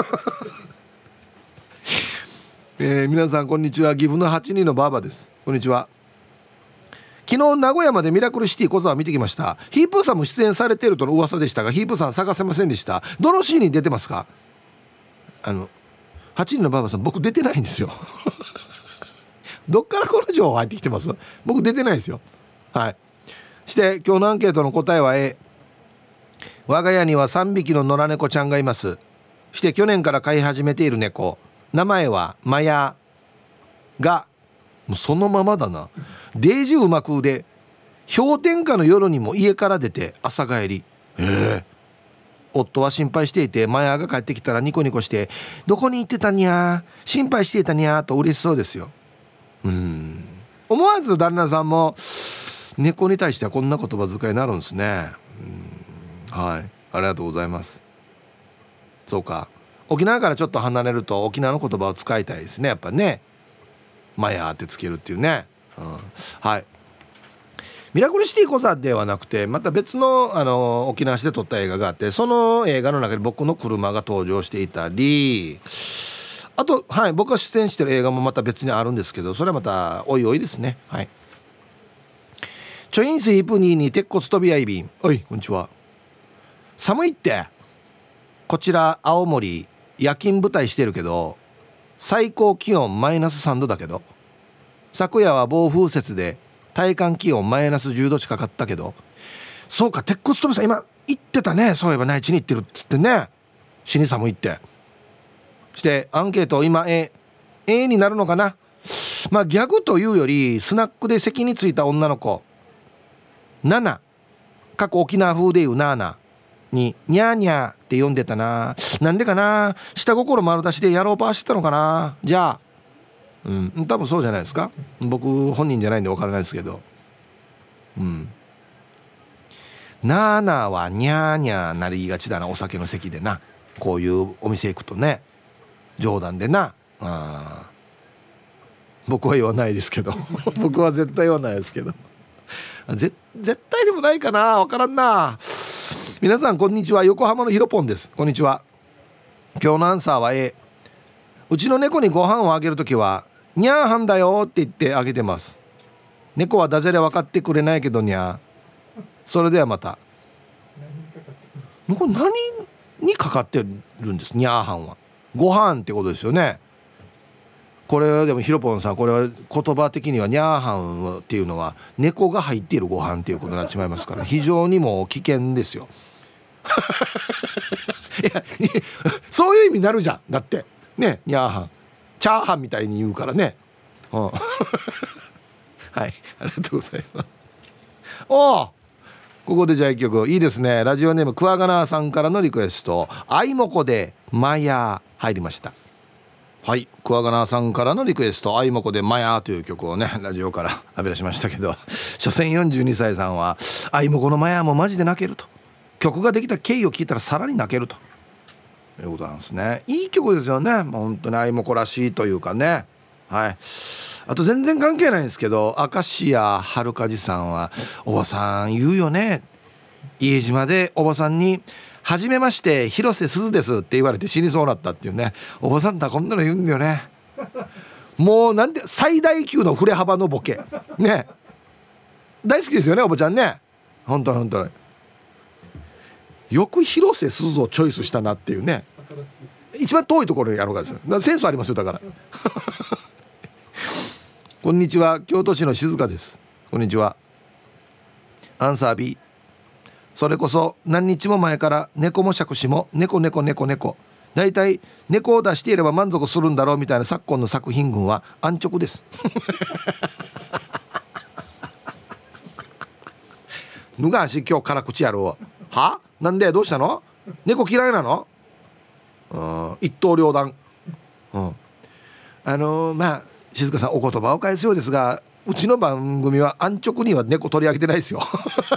皆さんこんにちは。岐阜の8人のバーバです。こんにちは。昨日名古屋までミラクルシティ小沢見てきました。ヒープーさんも出演されているとの噂でしたが、ヒープーさん探せませんでした。どのシーンに出てますか？8人のバーバさん、僕出てないんですよどっからこの情報入ってきてます？僕出てないですよ。はい。して今日のアンケートの答えは我が家には3匹の野良猫ちゃんがいます。して去年から飼い始めている猫、名前はマヤが、もうそのままだな。デージうまくで氷点下の夜にも家から出て朝帰り。夫は心配していて、マヤが帰ってきたらニコニコしてどこに行ってたにゃー、心配していたにゃーと嬉しそうですよ。思わず旦那さんも猫に対してはこんな言葉遣いになるんですね。はい、ありがとうございます。そうか、沖縄からちょっと離れると沖縄の言葉を使いたいですねやっぱね。マヤーってつけるっていうね、はい。ミラクルシティコザではなくてまた別の、沖縄市で撮った映画があって、その映画の中で僕の車が登場していたり、あと、はい、僕が出演してる映画もまた別にあるんですけど、それはまたおいおいですね。はい。チョインスイープニーに鉄骨飛び合い便、おいこんにちは。寒いって。こちら青森夜勤部隊してるけど最高気温マイナス3度だけど、昨夜は暴風雪で体感気温マイナス10度近かったけど、そうか、鉄骨飛びさん今言ってたね。そういえば内地に行ってるっつってね。死に寒いってしてアンケート今になるのかな。まあギャグというよりスナックで席に着いた女の子7、過去沖縄風でいうナーナにニャーニャーって呼んでたな。なんでかな、下心丸出しでやろうパーしてたのかな。じゃあ多分そうじゃないですか。僕本人じゃないんでわからないですけど、なーなーはニャーニャーなりがちだな、お酒の席でな。こういうお店行くとね、冗談でな。僕は言わないですけど僕は絶対言わないですけど絶対でもないかな、わからんな。皆さんこんにちは、横浜のひろぽんです。こんにちは。今日のアンサーは A。 うちの猫にご飯をあげるときはニャーハンだよって言ってあげてます。猫はダジャレ分かってくれないけどニャー。それではまた。これ何にかかってるんです、ニャーハンは。ご飯ってことですよね。これでもひろぽんさん、これは言葉的にはニャーハンっていうのは猫が入っているご飯っていうことになってしまいますから、非常にもう危険ですよいやそういう意味になるじゃん、だってね。ニャーハンチャーハンみたいに言うからね、はい、ありがとうございます。ここでじゃあ一曲いいですね。ラジオネームクワガナーさんからのリクエスト、あいもこでマヤー入りました。はい、クワガナーさんからのリクエスト、あいもこでマヤーという曲をね、ラジオから浴び出しましたけど、所詮42歳さんはあいもこのマヤーもマジで泣けると、曲ができた経緯を聞いたらさらに泣けるということなんですね。いい曲ですよね、もう本当にあいもこらしいというかね。はい。あと全然関係ないんですけど、明石家はるかじさんはおばさん言うよね。家島でおばさんにはじめまして広瀬すずですって言われて死にそうになったっていうね。おばさんだこんなの言うんだよね。もうなんて最大級の振れ幅のボケね。大好きですよね、おばちゃんね。本当によく広瀬すずをチョイスしたなっていうね。一番遠いところにやろうかですよ。だからセンスありますよ、だからこんにちは、京都市の静香です。こんにちは。アンサー B。 それこそ何日も前から猫も杓子も猫だいたい猫を出していれば満足するんだろうみたいな昨今の作品群は安直ですぬがし今日辛口やろうは。なんでどうしたの、猫嫌いなの。一刀両断。まあ静香さんお言葉を返すようですが、うちの番組は安直には猫取り上げてないですよ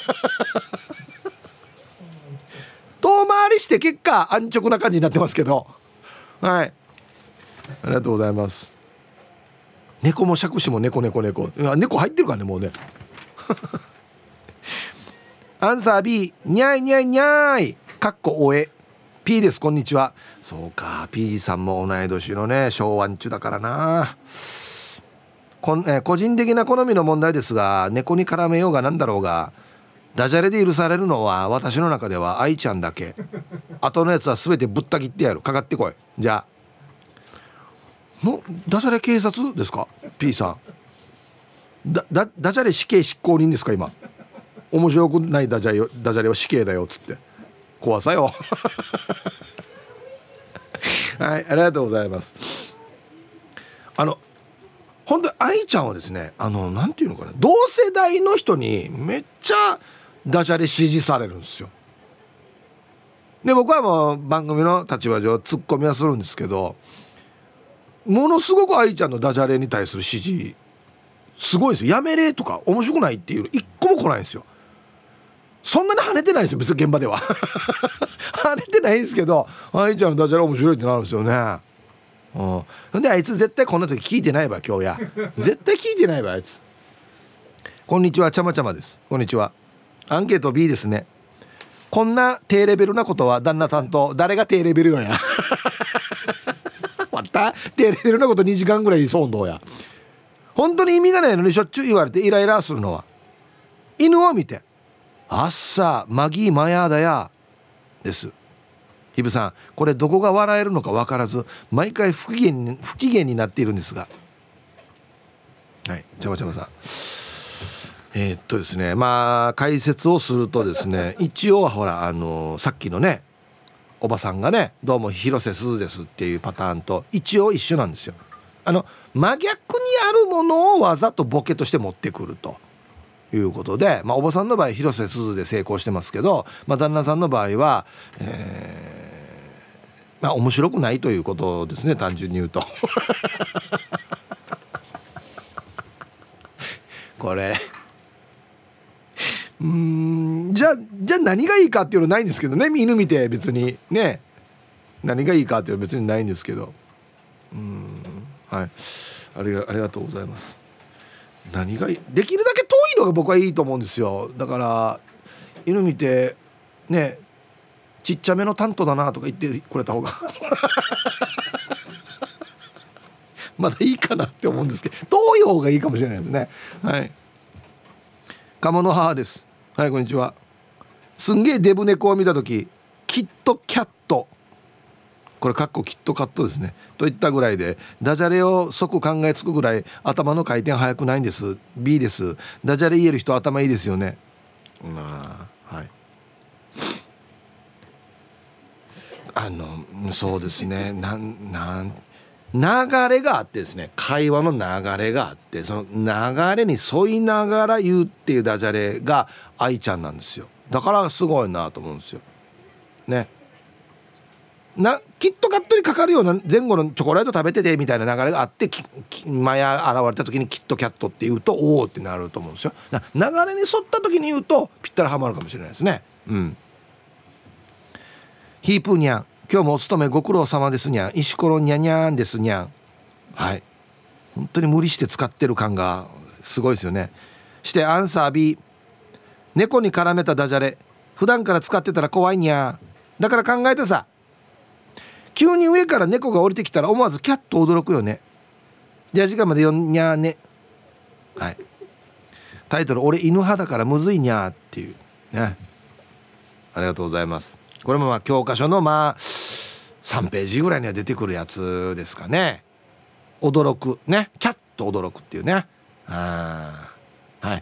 遠回りして結果安直な感じになってますけど、はい、ありがとうございます。猫も杓子も猫入ってるからね、もうねアンサー B。 にゃいにゃいにゃいかっこおえ P です。こんにちは。そうか、 P さんも同い年のね、昭和んちゅだからな。個人的な好みの問題ですが、猫に絡めようがなんだろうがダジャレで許されるのは私の中では愛ちゃんだけ。後のやつは全てぶった切ってやる。かかってこい。じゃあのダジャレ警察ですか P さん。ダジャレ死刑執行人ですか今。面白くないダジャレは死刑だよっつって怖さよはい、ありがとうございます。本当に愛ちゃんはですね、なんていうのかな、同世代の人にめっちゃダジャレ支持されるんですよ。で僕はもう番組の立場上ツッコミはするんですけど、ものすごく愛ちゃんのダジャレに対する支持すごいですよ。やめれとか面白くないっていうの一個も来ないんですよ。そんなに跳ねてないですよ、別に現場では跳ねてないんですけど、愛ちゃんのダジャレ面白いってなるんですよね。であいつ絶対こんな時聞いてないわ、今日や絶対聞いてないわあいつ。こんにちは、ちゃまちゃまです。こんにちは。アンケート B ですね。こんな低レベルなことは旦那さんと誰が低レベルよやまた低レベルなこと2時間ぐらいそうどうや。本当に意味がないのにしょっちゅう言われてイライラするのは、犬を見てあっさマギーマヤーだやです。ヒブさん、これどこが笑えるのか分からず毎回不機嫌になっているんですが、はい、ちゃまちゃまさん、ですね、まあ解説をするとですね、一応ほらさっきのねおばさんがねどうも広瀬すずですっていうパターンと一応一緒なんですよ。真逆にあるものをわざとボケとして持ってくるということで、おばさんの場合広瀬すずで成功してますけど、旦那さんの場合は、面白くないということですね、単純に言うとこれじゃあ何がいいかっていうのはないんですけどね、犬見て別にね何がいいかっていうのは別にないんですけど、はい、ありがとうございます。何がいい、できるだけ遠いのが僕はいいと思うんですよ。だから犬見てね、ちっちゃめのタントだなとか言ってくれた方がまだいいかなって思うんですけど、遠い方がいいかもしれないですね。はい、鴨の母です。はい、こんにちは。すんげえデブ猫を見たとき、キットキャット、これかっこキットカットですねといったぐらいで、ダジャレを即考えつくぐらい頭の回転早くないんです。 B です。ダジャレ言える人頭いいですよね。はい、そうですね、流れがあってですね、会話の流れがあって、その流れに沿いながら言うっていうダジャレが愛ちゃんなんですよ。だからすごいなと思うんですよね。キットカットにかかるような前後のチョコレート食べててみたいな流れがあって、マヤ現れた時にキットキャットって言うとおおってなると思うんですよ。流れに沿った時に言うとぴったりはまるかもしれないですね。ヒープーニャン、今日もお勤めご苦労様ですにゃん。石ころにゃにゃんですにゃん。はい、本当に無理して使ってる感がすごいですよね。してアンサー B、 猫に絡めたダジャレ、普段から使ってたら怖いにゃ。だから考えてさ、急に上から猫が降りてきたら思わずキャッと驚くよね。じゃあ時間までよんにゃーね。はい、タイトル、俺犬派だからむずいにゃーっていうね。ありがとうございます。これも教科書の3ページぐらいには出てくるやつですかね。驚くね、キャッと驚くっていうね。はい、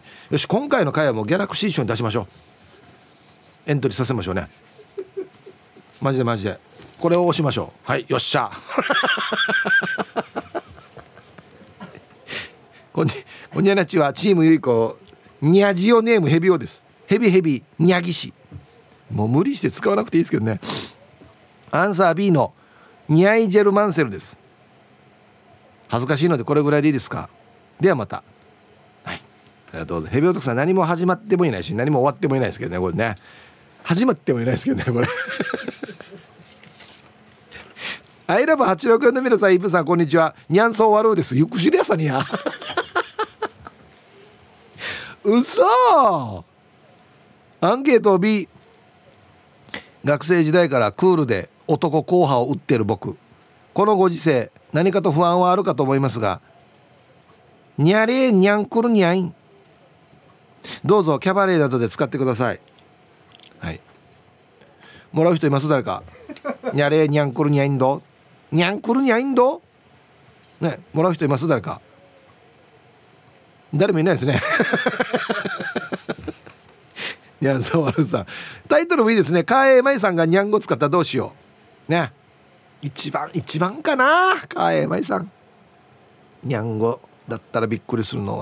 よし、今回の回はもうギャラクシー賞に出しましょう。エントリーさせましょうね。マジでこれを押しましょう。はい、よっしゃこんにゃなちはチームゆいこニャジオネームヘビオです。ヘビニャギシ、もう無理して使わなくていいですけどね。アンサー B のニャイジェルマンセルです。恥ずかしいのでこれぐらいでいいですか。ではまた。はい、ありがとうございます。ヘビオトクさん、何も始まってもいないし何も終わってもいないですけどね、これね。始まってもいないですけどね、これアイラブ864の皆さん、イブさんこんにちは。ニャンソーワルーです。ゆっくしりやさにやうそアンケート B、 学生時代からクールで男硬派を売ってる僕、このご時世何かと不安はあるかと思いますが、ニャレーニャンクルニャイン、どうぞキャバレーなどで使ってください。はい、もらう人います？誰か。ニャレーニャンクルニャインド、ニャンクルニャインドね、もらう人います？誰か。誰もいないですねニャンソワルさん、タイトルもいいですね。カーエイマイさんがニャン語使ったらどうしようね。一番かな、カーエイマイさん。ニャン語だったらびっくりするのは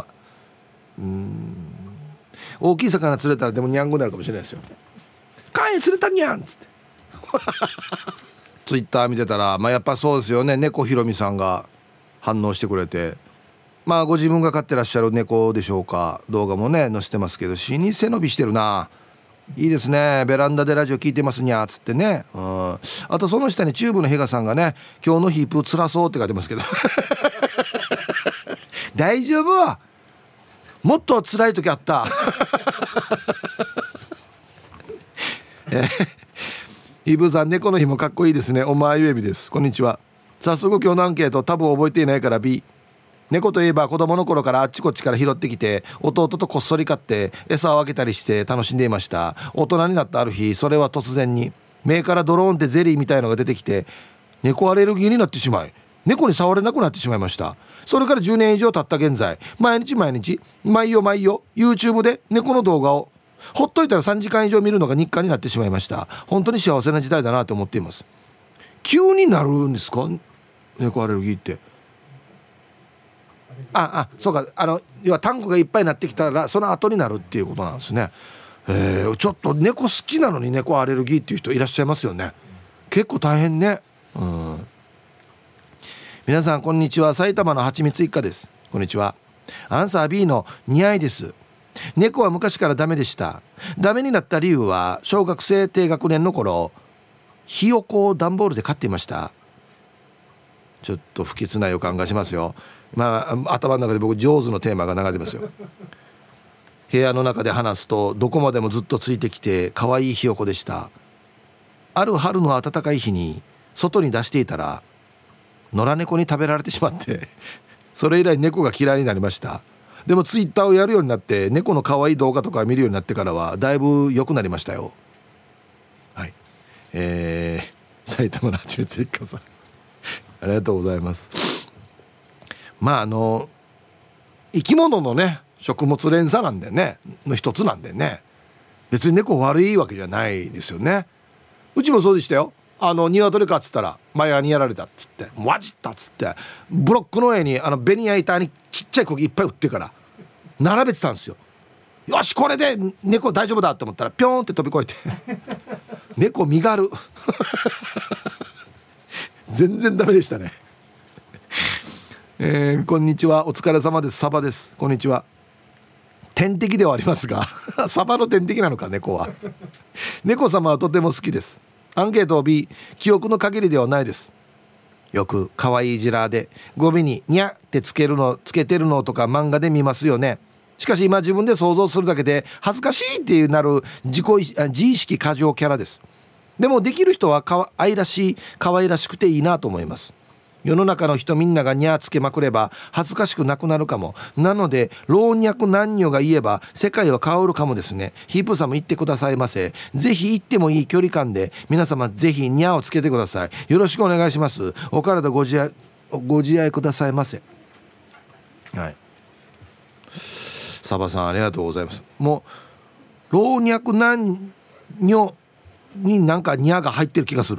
大きい魚釣れたらでもニャン語になるかもしれないですよ。カーエイ釣れたニャンっつってツイッター見てたら、やっぱそうですよね。猫ひろみさんが反応してくれて、ご自分が飼ってらっしゃる猫でしょうか、動画もね載せてますけど、死に背伸びしてるな。いいですね。ベランダでラジオ聞いてますにゃーつってね。あとその下にチューブのヘガさんがね、今日のヒープつらそうって書いてますけど大丈夫、もっと辛い時あったイブさん、猫の日もかっこいいですね。おまゆえびです。こんにちは。早速今日のアンケート多分覚えていないから B。 猫といえば子供の頃からあっちこっちから拾ってきて、弟とこっそり買って餌をあげたりして楽しんでいました。大人になったある日、それは突然に目からドローンってゼリーみたいのが出てきて、猫アレルギーになってしまい、猫に触れなくなってしまいました。それから10年以上経った現在、毎日毎夜 YouTube で猫の動画をほっといたら3時間以上見るのが日課になってしまいました。本当に幸せな時代だなと思っています。急になるんですか、猫アレルギーって。 そうか、要はタンクがいっぱいになってきたらその後になるっていうことなんですね。ちょっと猫好きなのに猫アレルギーっていう人いらっしゃいますよね。結構大変ね。皆さんこんにちは、埼玉のはちみつ一家です。こんにちは。アンサー B の似合いです。猫は昔からダメでした。ダメになった理由は、小学生低学年の頃、ひよこを段ボールで飼っていました。ちょっと不吉な予感がしますよ。頭の中で僕上手のテーマが流れてますよ。部屋の中で話すとどこまでもずっとついてきて可愛いひよこでした。ある春の暖かい日に外に出していたら野良猫に食べられてしまってそれ以来猫が嫌いになりました。でもツイッターをやるようになって猫の可愛い動画とか見るようになってからはだいぶ良くなりましたよ。はい、埼玉のはちみつ一家さんありがとうございます。生き物のね食物連鎖なんでねの一つなんでね、別に猫悪いわけじゃないですよね。うちもそうでしたよ。鶏かっつったら前兄やられたっつってマジったっつってブロックの上にベニヤ板にちっちゃい釘いっぱい売ってから並べてたんですよ。よしこれで猫大丈夫だと思ったらピョーンって飛び越えて猫身軽全然ダメでしたね。こんにちは、お疲れ様です。サバです。こんにちは。天敵ではありますがサバの天敵なのか猫は猫様はとても好きです。アンケートを B、 記憶の限りではないです。よく可愛い字ラーで語尾にニャってつけてるのとか漫画で見ますよね。しかし今自分で想像するだけで恥ずかしいってなる自意識過剰キャラです。でもできる人は可愛らしくていいなと思います。世の中の人みんながニャーつけまくれば恥ずかしくなくなるかも。なので老若男女が言えば世界は変わるかもですね。ヒープさんも言ってくださいませ。ぜひ言ってもいい距離感で皆様ぜひニャーをつけてください。よろしくお願いします。お体ご自愛くださいませ。はい、サバさんありがとうございます。もう老若男女になんかニャーが入ってる気がする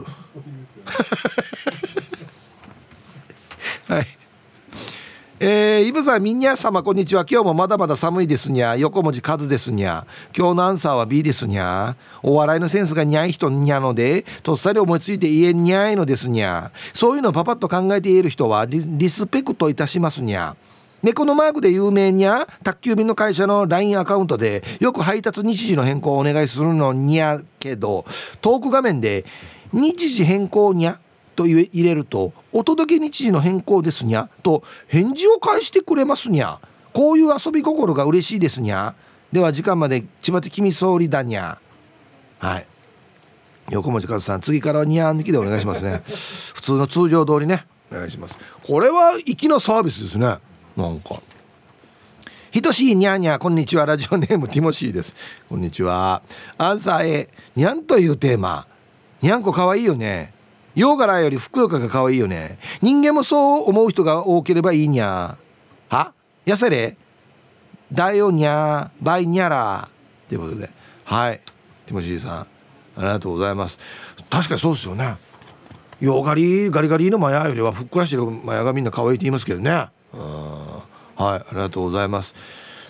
はい、イブさんみんな様こんにちは。今日もまだまだ寒いですにゃ。横文字数ですにゃ。今日のアンサーは B ですにゃ。お笑いのセンスがにゃい人にゃのでとっさに思いついて言えにゃいのですにゃ。そういうのをパパッと考えて言える人は リスペクトいたしますにゃ。猫のマークで有名にゃ。宅急便の会社の LINE アカウントでよく配達日時の変更をお願いするのにゃけど、トーク画面で日時変更にゃと入れるとお届け日時の変更ですにゃと返事を返してくれますにゃ。こういう遊び心が嬉しいですにゃ。では時間までちまて君総理だにゃ。はい、横文字和さん次からはにゃ抜きでお願いしますね普通の通常通りねお願いします。これは粋なサービスですね。なんかひとしいにゃーにゃーこんにちは。ラジオネームティモシーです。こんにちは。アンサー A、 にゃんというテーマ。にゃんこかわいいよね。ヨーガラよりふくよかが可愛いよね。人間もそう思う人が多ければいいにゃ。はやされだよにゃバイにゃらということで、はい、ティモシーさんありがとうございます。確かにそうですよね。ヨーガリガリガリのマヤよりはふっくらしてるマヤがみんな可愛いって言いますけどね。はい、ありがとうございます。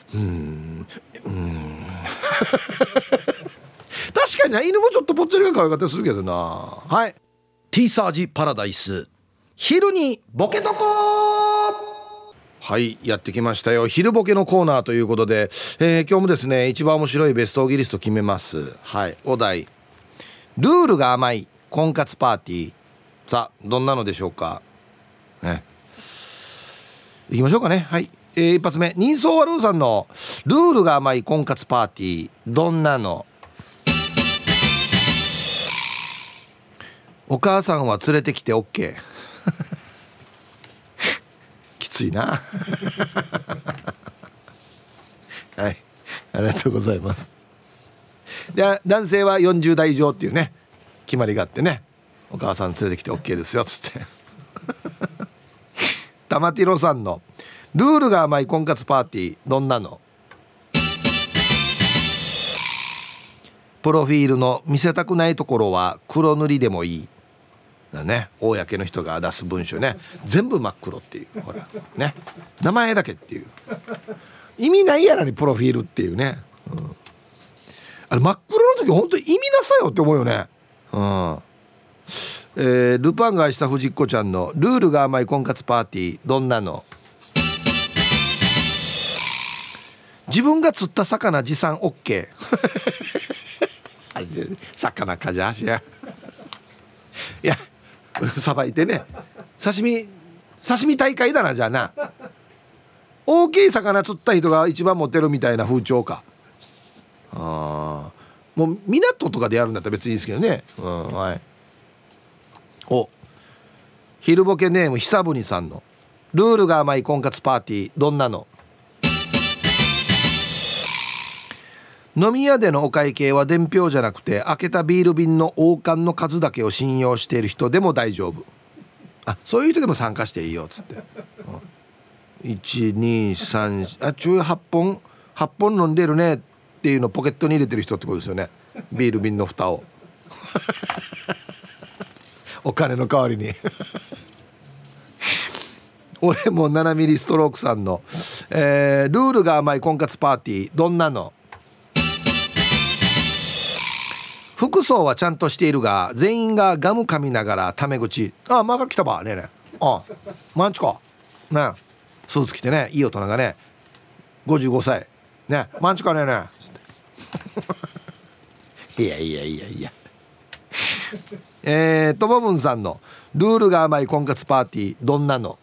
確かにな、犬もちょっとぽっちゃりが可愛かったりするけどな。はい、ティーサージパラダイス昼にボケとこ。はい、やってきましたよ、昼ボケのコーナーということで、今日もですね一番面白いベストオギリスト決めます。はい、お題ルールが甘い婚活パーティー。さあどんなのでしょうかね。いきましょうかね。はい、一発目人相ワルーさんのルールが甘い婚活パーティーどんなの。お母さんは連れてきて OK きついなはい、ありがとうございます。で男性は40代以上っていうね決まりがあってね、お母さん連れてきて OK ですよつって玉ティロさんのルールが甘い婚活パーティーどんなの。プロフィールの見せたくないところは黒塗りでもいい。 ね、公の人が出す文章ね、全部真っ黒っていう、ほらね、名前だけっていう、意味ないやらにプロフィールっていうね、あれ真っ黒の時本当に意味なさよって思うよね。ルパンが愛した藤子ちゃんのルールが甘い婚活パーティー、どんなの？自分が釣った魚持参 OK 魚かじゃしやいやさばいてね、刺身大会だな、じゃあな、大きい魚釣った人が一番モテるみたいな風潮か。もう港とかでやるんだったら別にいいですけどね。はい。お、昼ボケネーム久ぶにさんのルールが甘い婚活パーティー、どんなの？飲み屋でのお会計は伝票じゃなくて開けたビール瓶の王冠の数だけを信用している人でも大丈夫。そういう人でも参加していいよっつって、123中8本飲んでるねっていうのをポケットに入れてる人ってことですよね、ビール瓶の蓋をお金の代わりに俺も7ミリストロークさんの、ルールが甘い婚活パーティー、どんなの？服装はちゃんとしているが全員がガム噛みながらタメ口、マーカー来たばねえねマンチコね、スーツ着てね、いい大人がね、55歳ね、マンチコねえねいやともぶんさんのルールが甘い婚活パーティー、どんなの？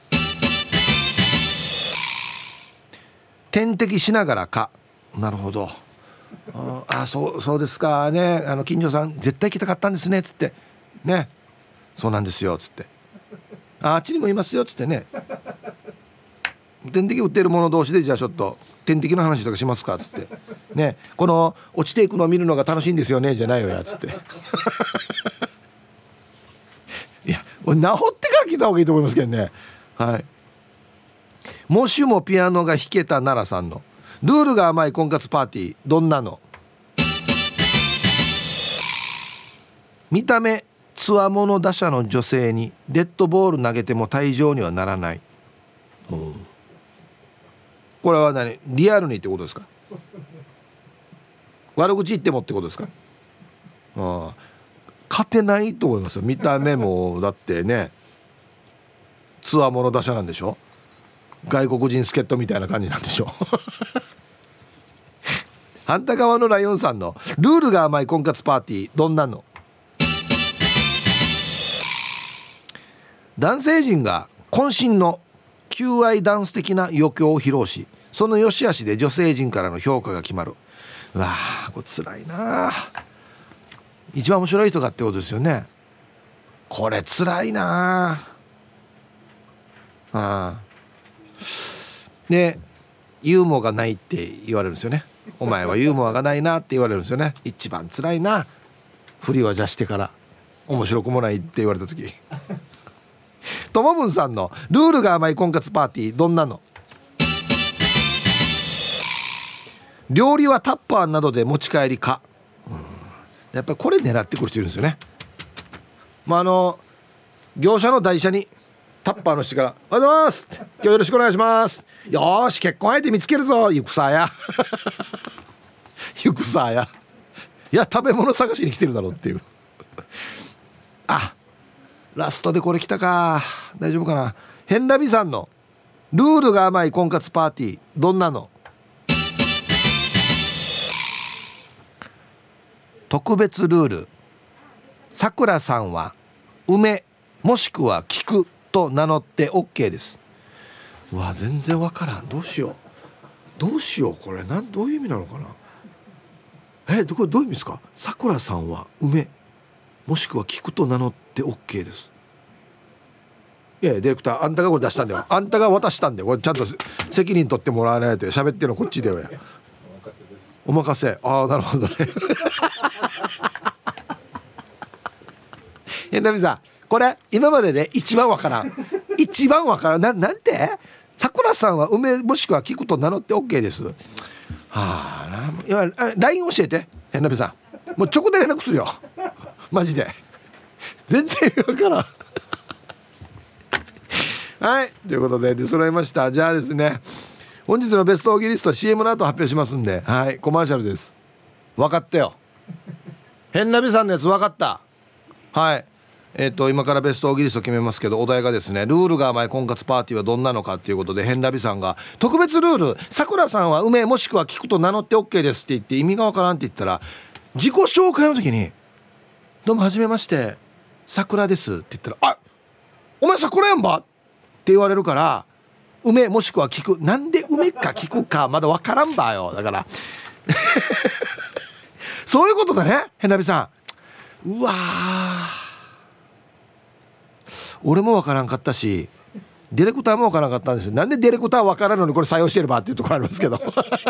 点滴しながらか。なるほど。そうですかね、近所さん絶対来たかったんですねっつってね、そうなんですよっつって、あっちにもいますよっつってね、点滴打ってる者同士でじゃあちょっと点滴の話とかしますかっつってね、この落ちていくのを見るのが楽しいんですよねじゃないよやっつっていや治ってから来た方がいいと思いますけどね。はい。もしもピアノが弾けた奈良さんのルールが甘い婚活パーティー、どんなの？見た目つわもの打者の女性にデッドボール投げても退場にはならない。これは何、リアルにってことですか？悪口言ってもってことですか？勝てないと思いますよ。見た目もだってね、つわもの打者なんでしょ、外国人助っ人みたいな感じなんでしょ反対側のライオンさんのルールが甘い婚活パーティー、どんなの？男性陣が渾身の求愛ダンス的な余興を披露し、その良し悪しで女性陣からの評価が決まる。うわー、これ辛いな。一番面白い人がってことですよね。これ辛いな。でユーモアがないって言われるんですよね。お前はユーモアがないなって言われるんですよね。一番辛いな。振りはじゃしてから面白くもないって言われた時ともぶんさんのルールが甘い婚活パーティー、どんなの？料理はタッパーなどで持ち帰りか。やっぱりこれ狙ってくる人いるんですよね。業者の台車にタッパーの人から「おはようございます、今日よろしくお願いします、よーし結婚相手見つけるぞゆくさやゆくさや、いや食べ物探しに来てるだろうっていうラストでこれ来たか、大丈夫かな。ヘンラビさんのルールが甘い婚活パーティー、どんなの？特別ルール、さくらさんは梅もしくは菊と名乗って OK です。うわ全然わからん、どうしようこれどういう意味なのかな。これどういう意味ですか？さくらさんは梅もしくは菊と名乗って OK です。いやディレクター、あんたがこれ出したんだよ、あんたが渡したんだよ、これちゃんと責任取ってもらわないと。喋ってるのこっちだよや。お任せ。なるほどねナミさん、これ今までで一番わからんなんて、さくらさんは梅もしくは菊と名乗って OK です。今 LINE 教えてナミさん、もう直で連絡するよマジで全然わからんはい、ということで出揃いました。じゃあですね、本日のベストオーギリスト CM の後発表しますんで、はい、コマーシャルです。分かったよ、変なびさんのやつ分かった。はい、今からベストオーギリスト決めますけど、お題がですね、ルールが甘い婚活パーティーはどんなのかっていうことで、変なびさんが特別ルール、さくらさんは梅もしくは聞くと名乗って OK ですって言って、意味がわからんって言ったら、自己紹介の時にどうもはじめましてさくらですって言ったら、あ、お前さくらやんばって言われるから、梅もしくは聞く、なんで梅か聞くかまだわからんばよ、だからそういうことだね、変なびさん。うわー、俺もわからんかったしディレクターもわからんかったんですよ。なんでディレクターわからんのにこれ採用してればっていうところありますけど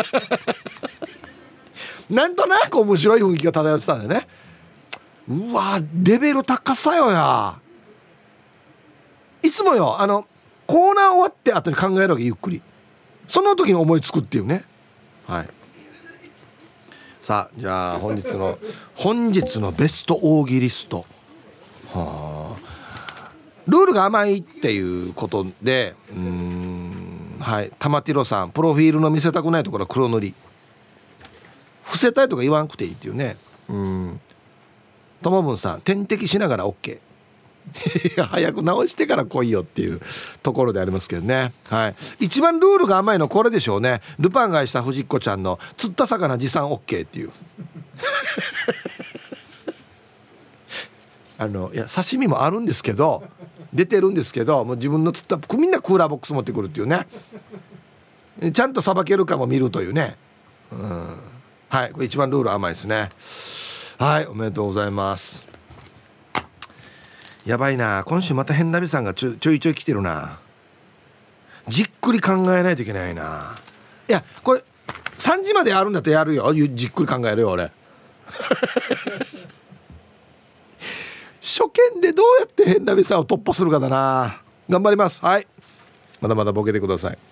なんとなく面白い雰囲気が漂ってたんだよね。うわー、レベル高さよや。いつもよ、コーナー終わって後に考えるわけ、ゆっくりその時に思いつくっていうね。はい、さあじゃあ本日のベストオーギリスト、はあ、ルールが甘いっていうことで、はい、玉ティロさん、プロフィールの見せたくないところは黒塗り、伏せたいとか言わんくていいっていうね。ともぶんさん、点滴しながら OK 早く直してから来いよっていうところでありますけどね。はい、一番ルールが甘いのこれでしょうね。ルパンがした藤子ちゃんの釣った魚持参 OK っていういや刺身もあるんですけど、出てるんですけど、もう自分の釣ったみんなクーラーボックス持ってくるっていうね。ちゃんとさばけるかも見るというね。はい、これ一番ルール甘いですね。はい、おめでとうございます。やばいな、今週また変なびさんがちょいちょい来てるな。じっくり考えないといけないな。いやこれ3時までやるんだったらやるよ、じっくり考えるよ俺初見でどうやって変なびさんを突破するかだな。頑張ります。はい、まだまだボケてください。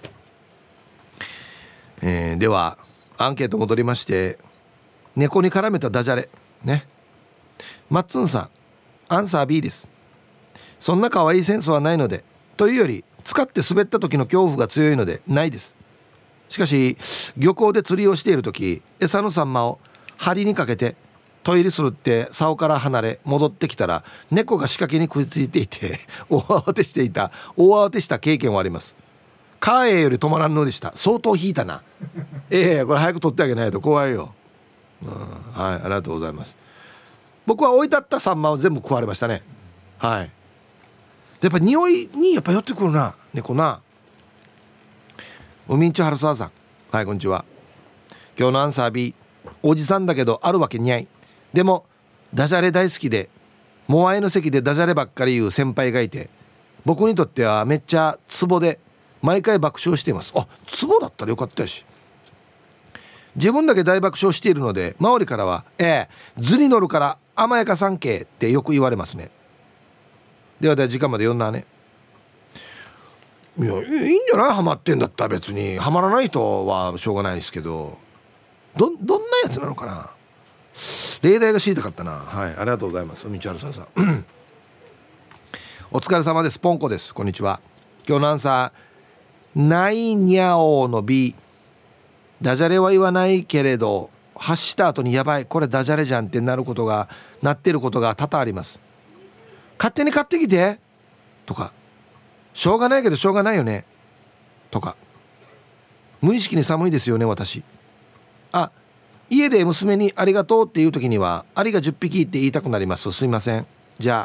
ではアンケート戻りまして、猫に絡めたダジャレね。マッツンさん、アンサー B です。そんな可愛いセンスはないので、というより使って滑った時の恐怖が強いのでないです。しかし漁港で釣りをしている時、餌のサンマを針にかけてトイレするって竿から離れ戻ってきたら、猫が仕掛けに食いついていて大慌てした経験はあります。カーエより止まらんのでした。相当引いたな。これ早く取ってあげないと怖いよ。はい、ありがとうございます。僕は置いてあったサンマを全部食われましたね。はい、やっぱ匂いにやっぱ寄ってくるな、猫な。おみんちはるさわさん、はい、こんにちは。今日のアンサー B、 おじさんだけどあるわけにゃい。でもダジャレ大好きで、モアイの席でダジャレばっかり言う先輩がいて、僕にとってはめっちゃツボで毎回爆笑しています。あ、ツボだったらよかったし。自分だけ大爆笑しているので、周りからは図に乗るから甘やかさんけってよく言われますね。では時間まで読んだね。いや、いいんじゃない、ハマってんだったら。別にハマらない人はしょうがないですけど、どんなやつなのかな。例題が知りたかったな。はい、ありがとうございます。道原さんお疲れ様です。ポンコです。こんにちは。今日のアンサー、ないにゃおの B。 ダジャレは言わないけれど、発した後にやばいこれダジャレじゃんってなってることが多々あります。勝手に買ってきてとか、しょうがないけどしょうがないよねとか、無意識に寒いですよね私。あ、家で娘にありがとうっていう時にはありが10匹って言いたくなります。すいません。じゃ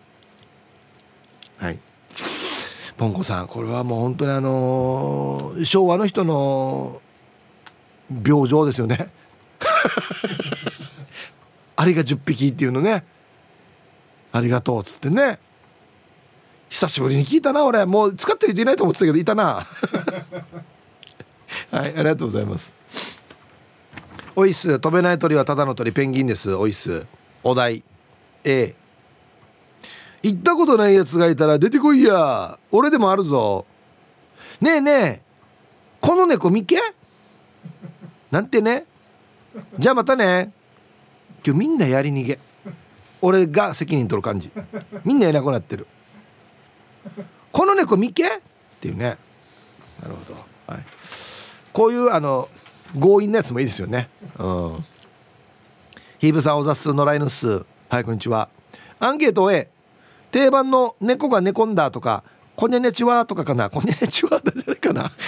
あ、はい、ポンコさん、これはもう本当に昭和の人の病状ですよねありが10匹っていうのね、ありがとうっつってね。久しぶりに聞いたな俺。もう使ってる人いないと思ってたけどいたなはい、ありがとうございます。おいっす。飛べない鳥はただの鳥、ペンギンです。おいっす。お題 A。 行ったことないやつがいたら出てこいや、俺でもあるぞ。ねえねえ、この猫見っけなんてね。じゃあまたね。今日みんなやり逃げ。 俺が責任取る感じ。みんないなくなってる。この猫見っけっていうね。なるほど、はい、こういう強引なやつもいいですよね。ヒーブさん、おざっす、野良犬っす。はい、こんにちは。アンケート A、 定番の猫が寝込んだとかこにゃねちわとかかな。こにゃねちわだ、誰かな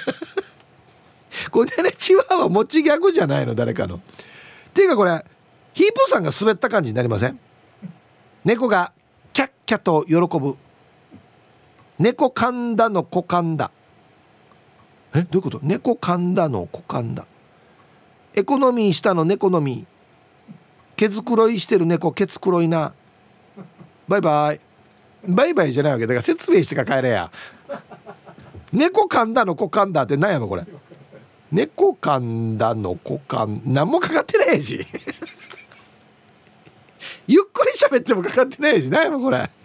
こにゃねちわは持ちギャグじゃないの、誰かの。っていうかこれヒープーさんが滑った感じになりません？猫がキャッキャと喜ぶ。猫噛んだの子噛んだ。どういうこと？猫噛んだの子噛んだ。エコノミーしたの猫のみー。毛づくろいしてる猫ケツ黒いな。バイバイ。バイバイじゃないわけだから、説明してから帰れや。猫噛んだの子噛んだって何やのこれ。猫噛んだの子噛ん、何もかかってないしゆっくり喋ってもかかってないし、何やのこれ。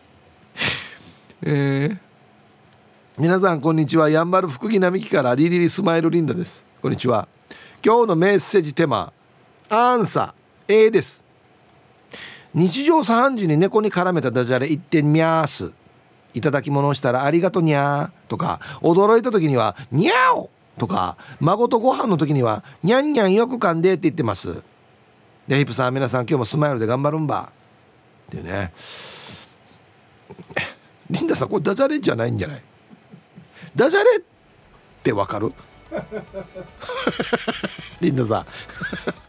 皆さんこんにちは。やんばる福木並木からリリリスマイルリンダです。こんにちは。今日のメッセージテーマ、アンサー A です。日常茶飯事に猫に絡めたダジャレ言ってみゃーす。いただき物をしたらありがとにゃーとか、驚いた時にはにゃおとか、孫とご飯の時にはにゃんにゃんよく噛んでって言ってます。でヒップさん、皆さん今日もスマイルで頑張るんばっていうね。リンダさん、これダジャレじゃないんじゃない？ダジャレってわかる？リンダさん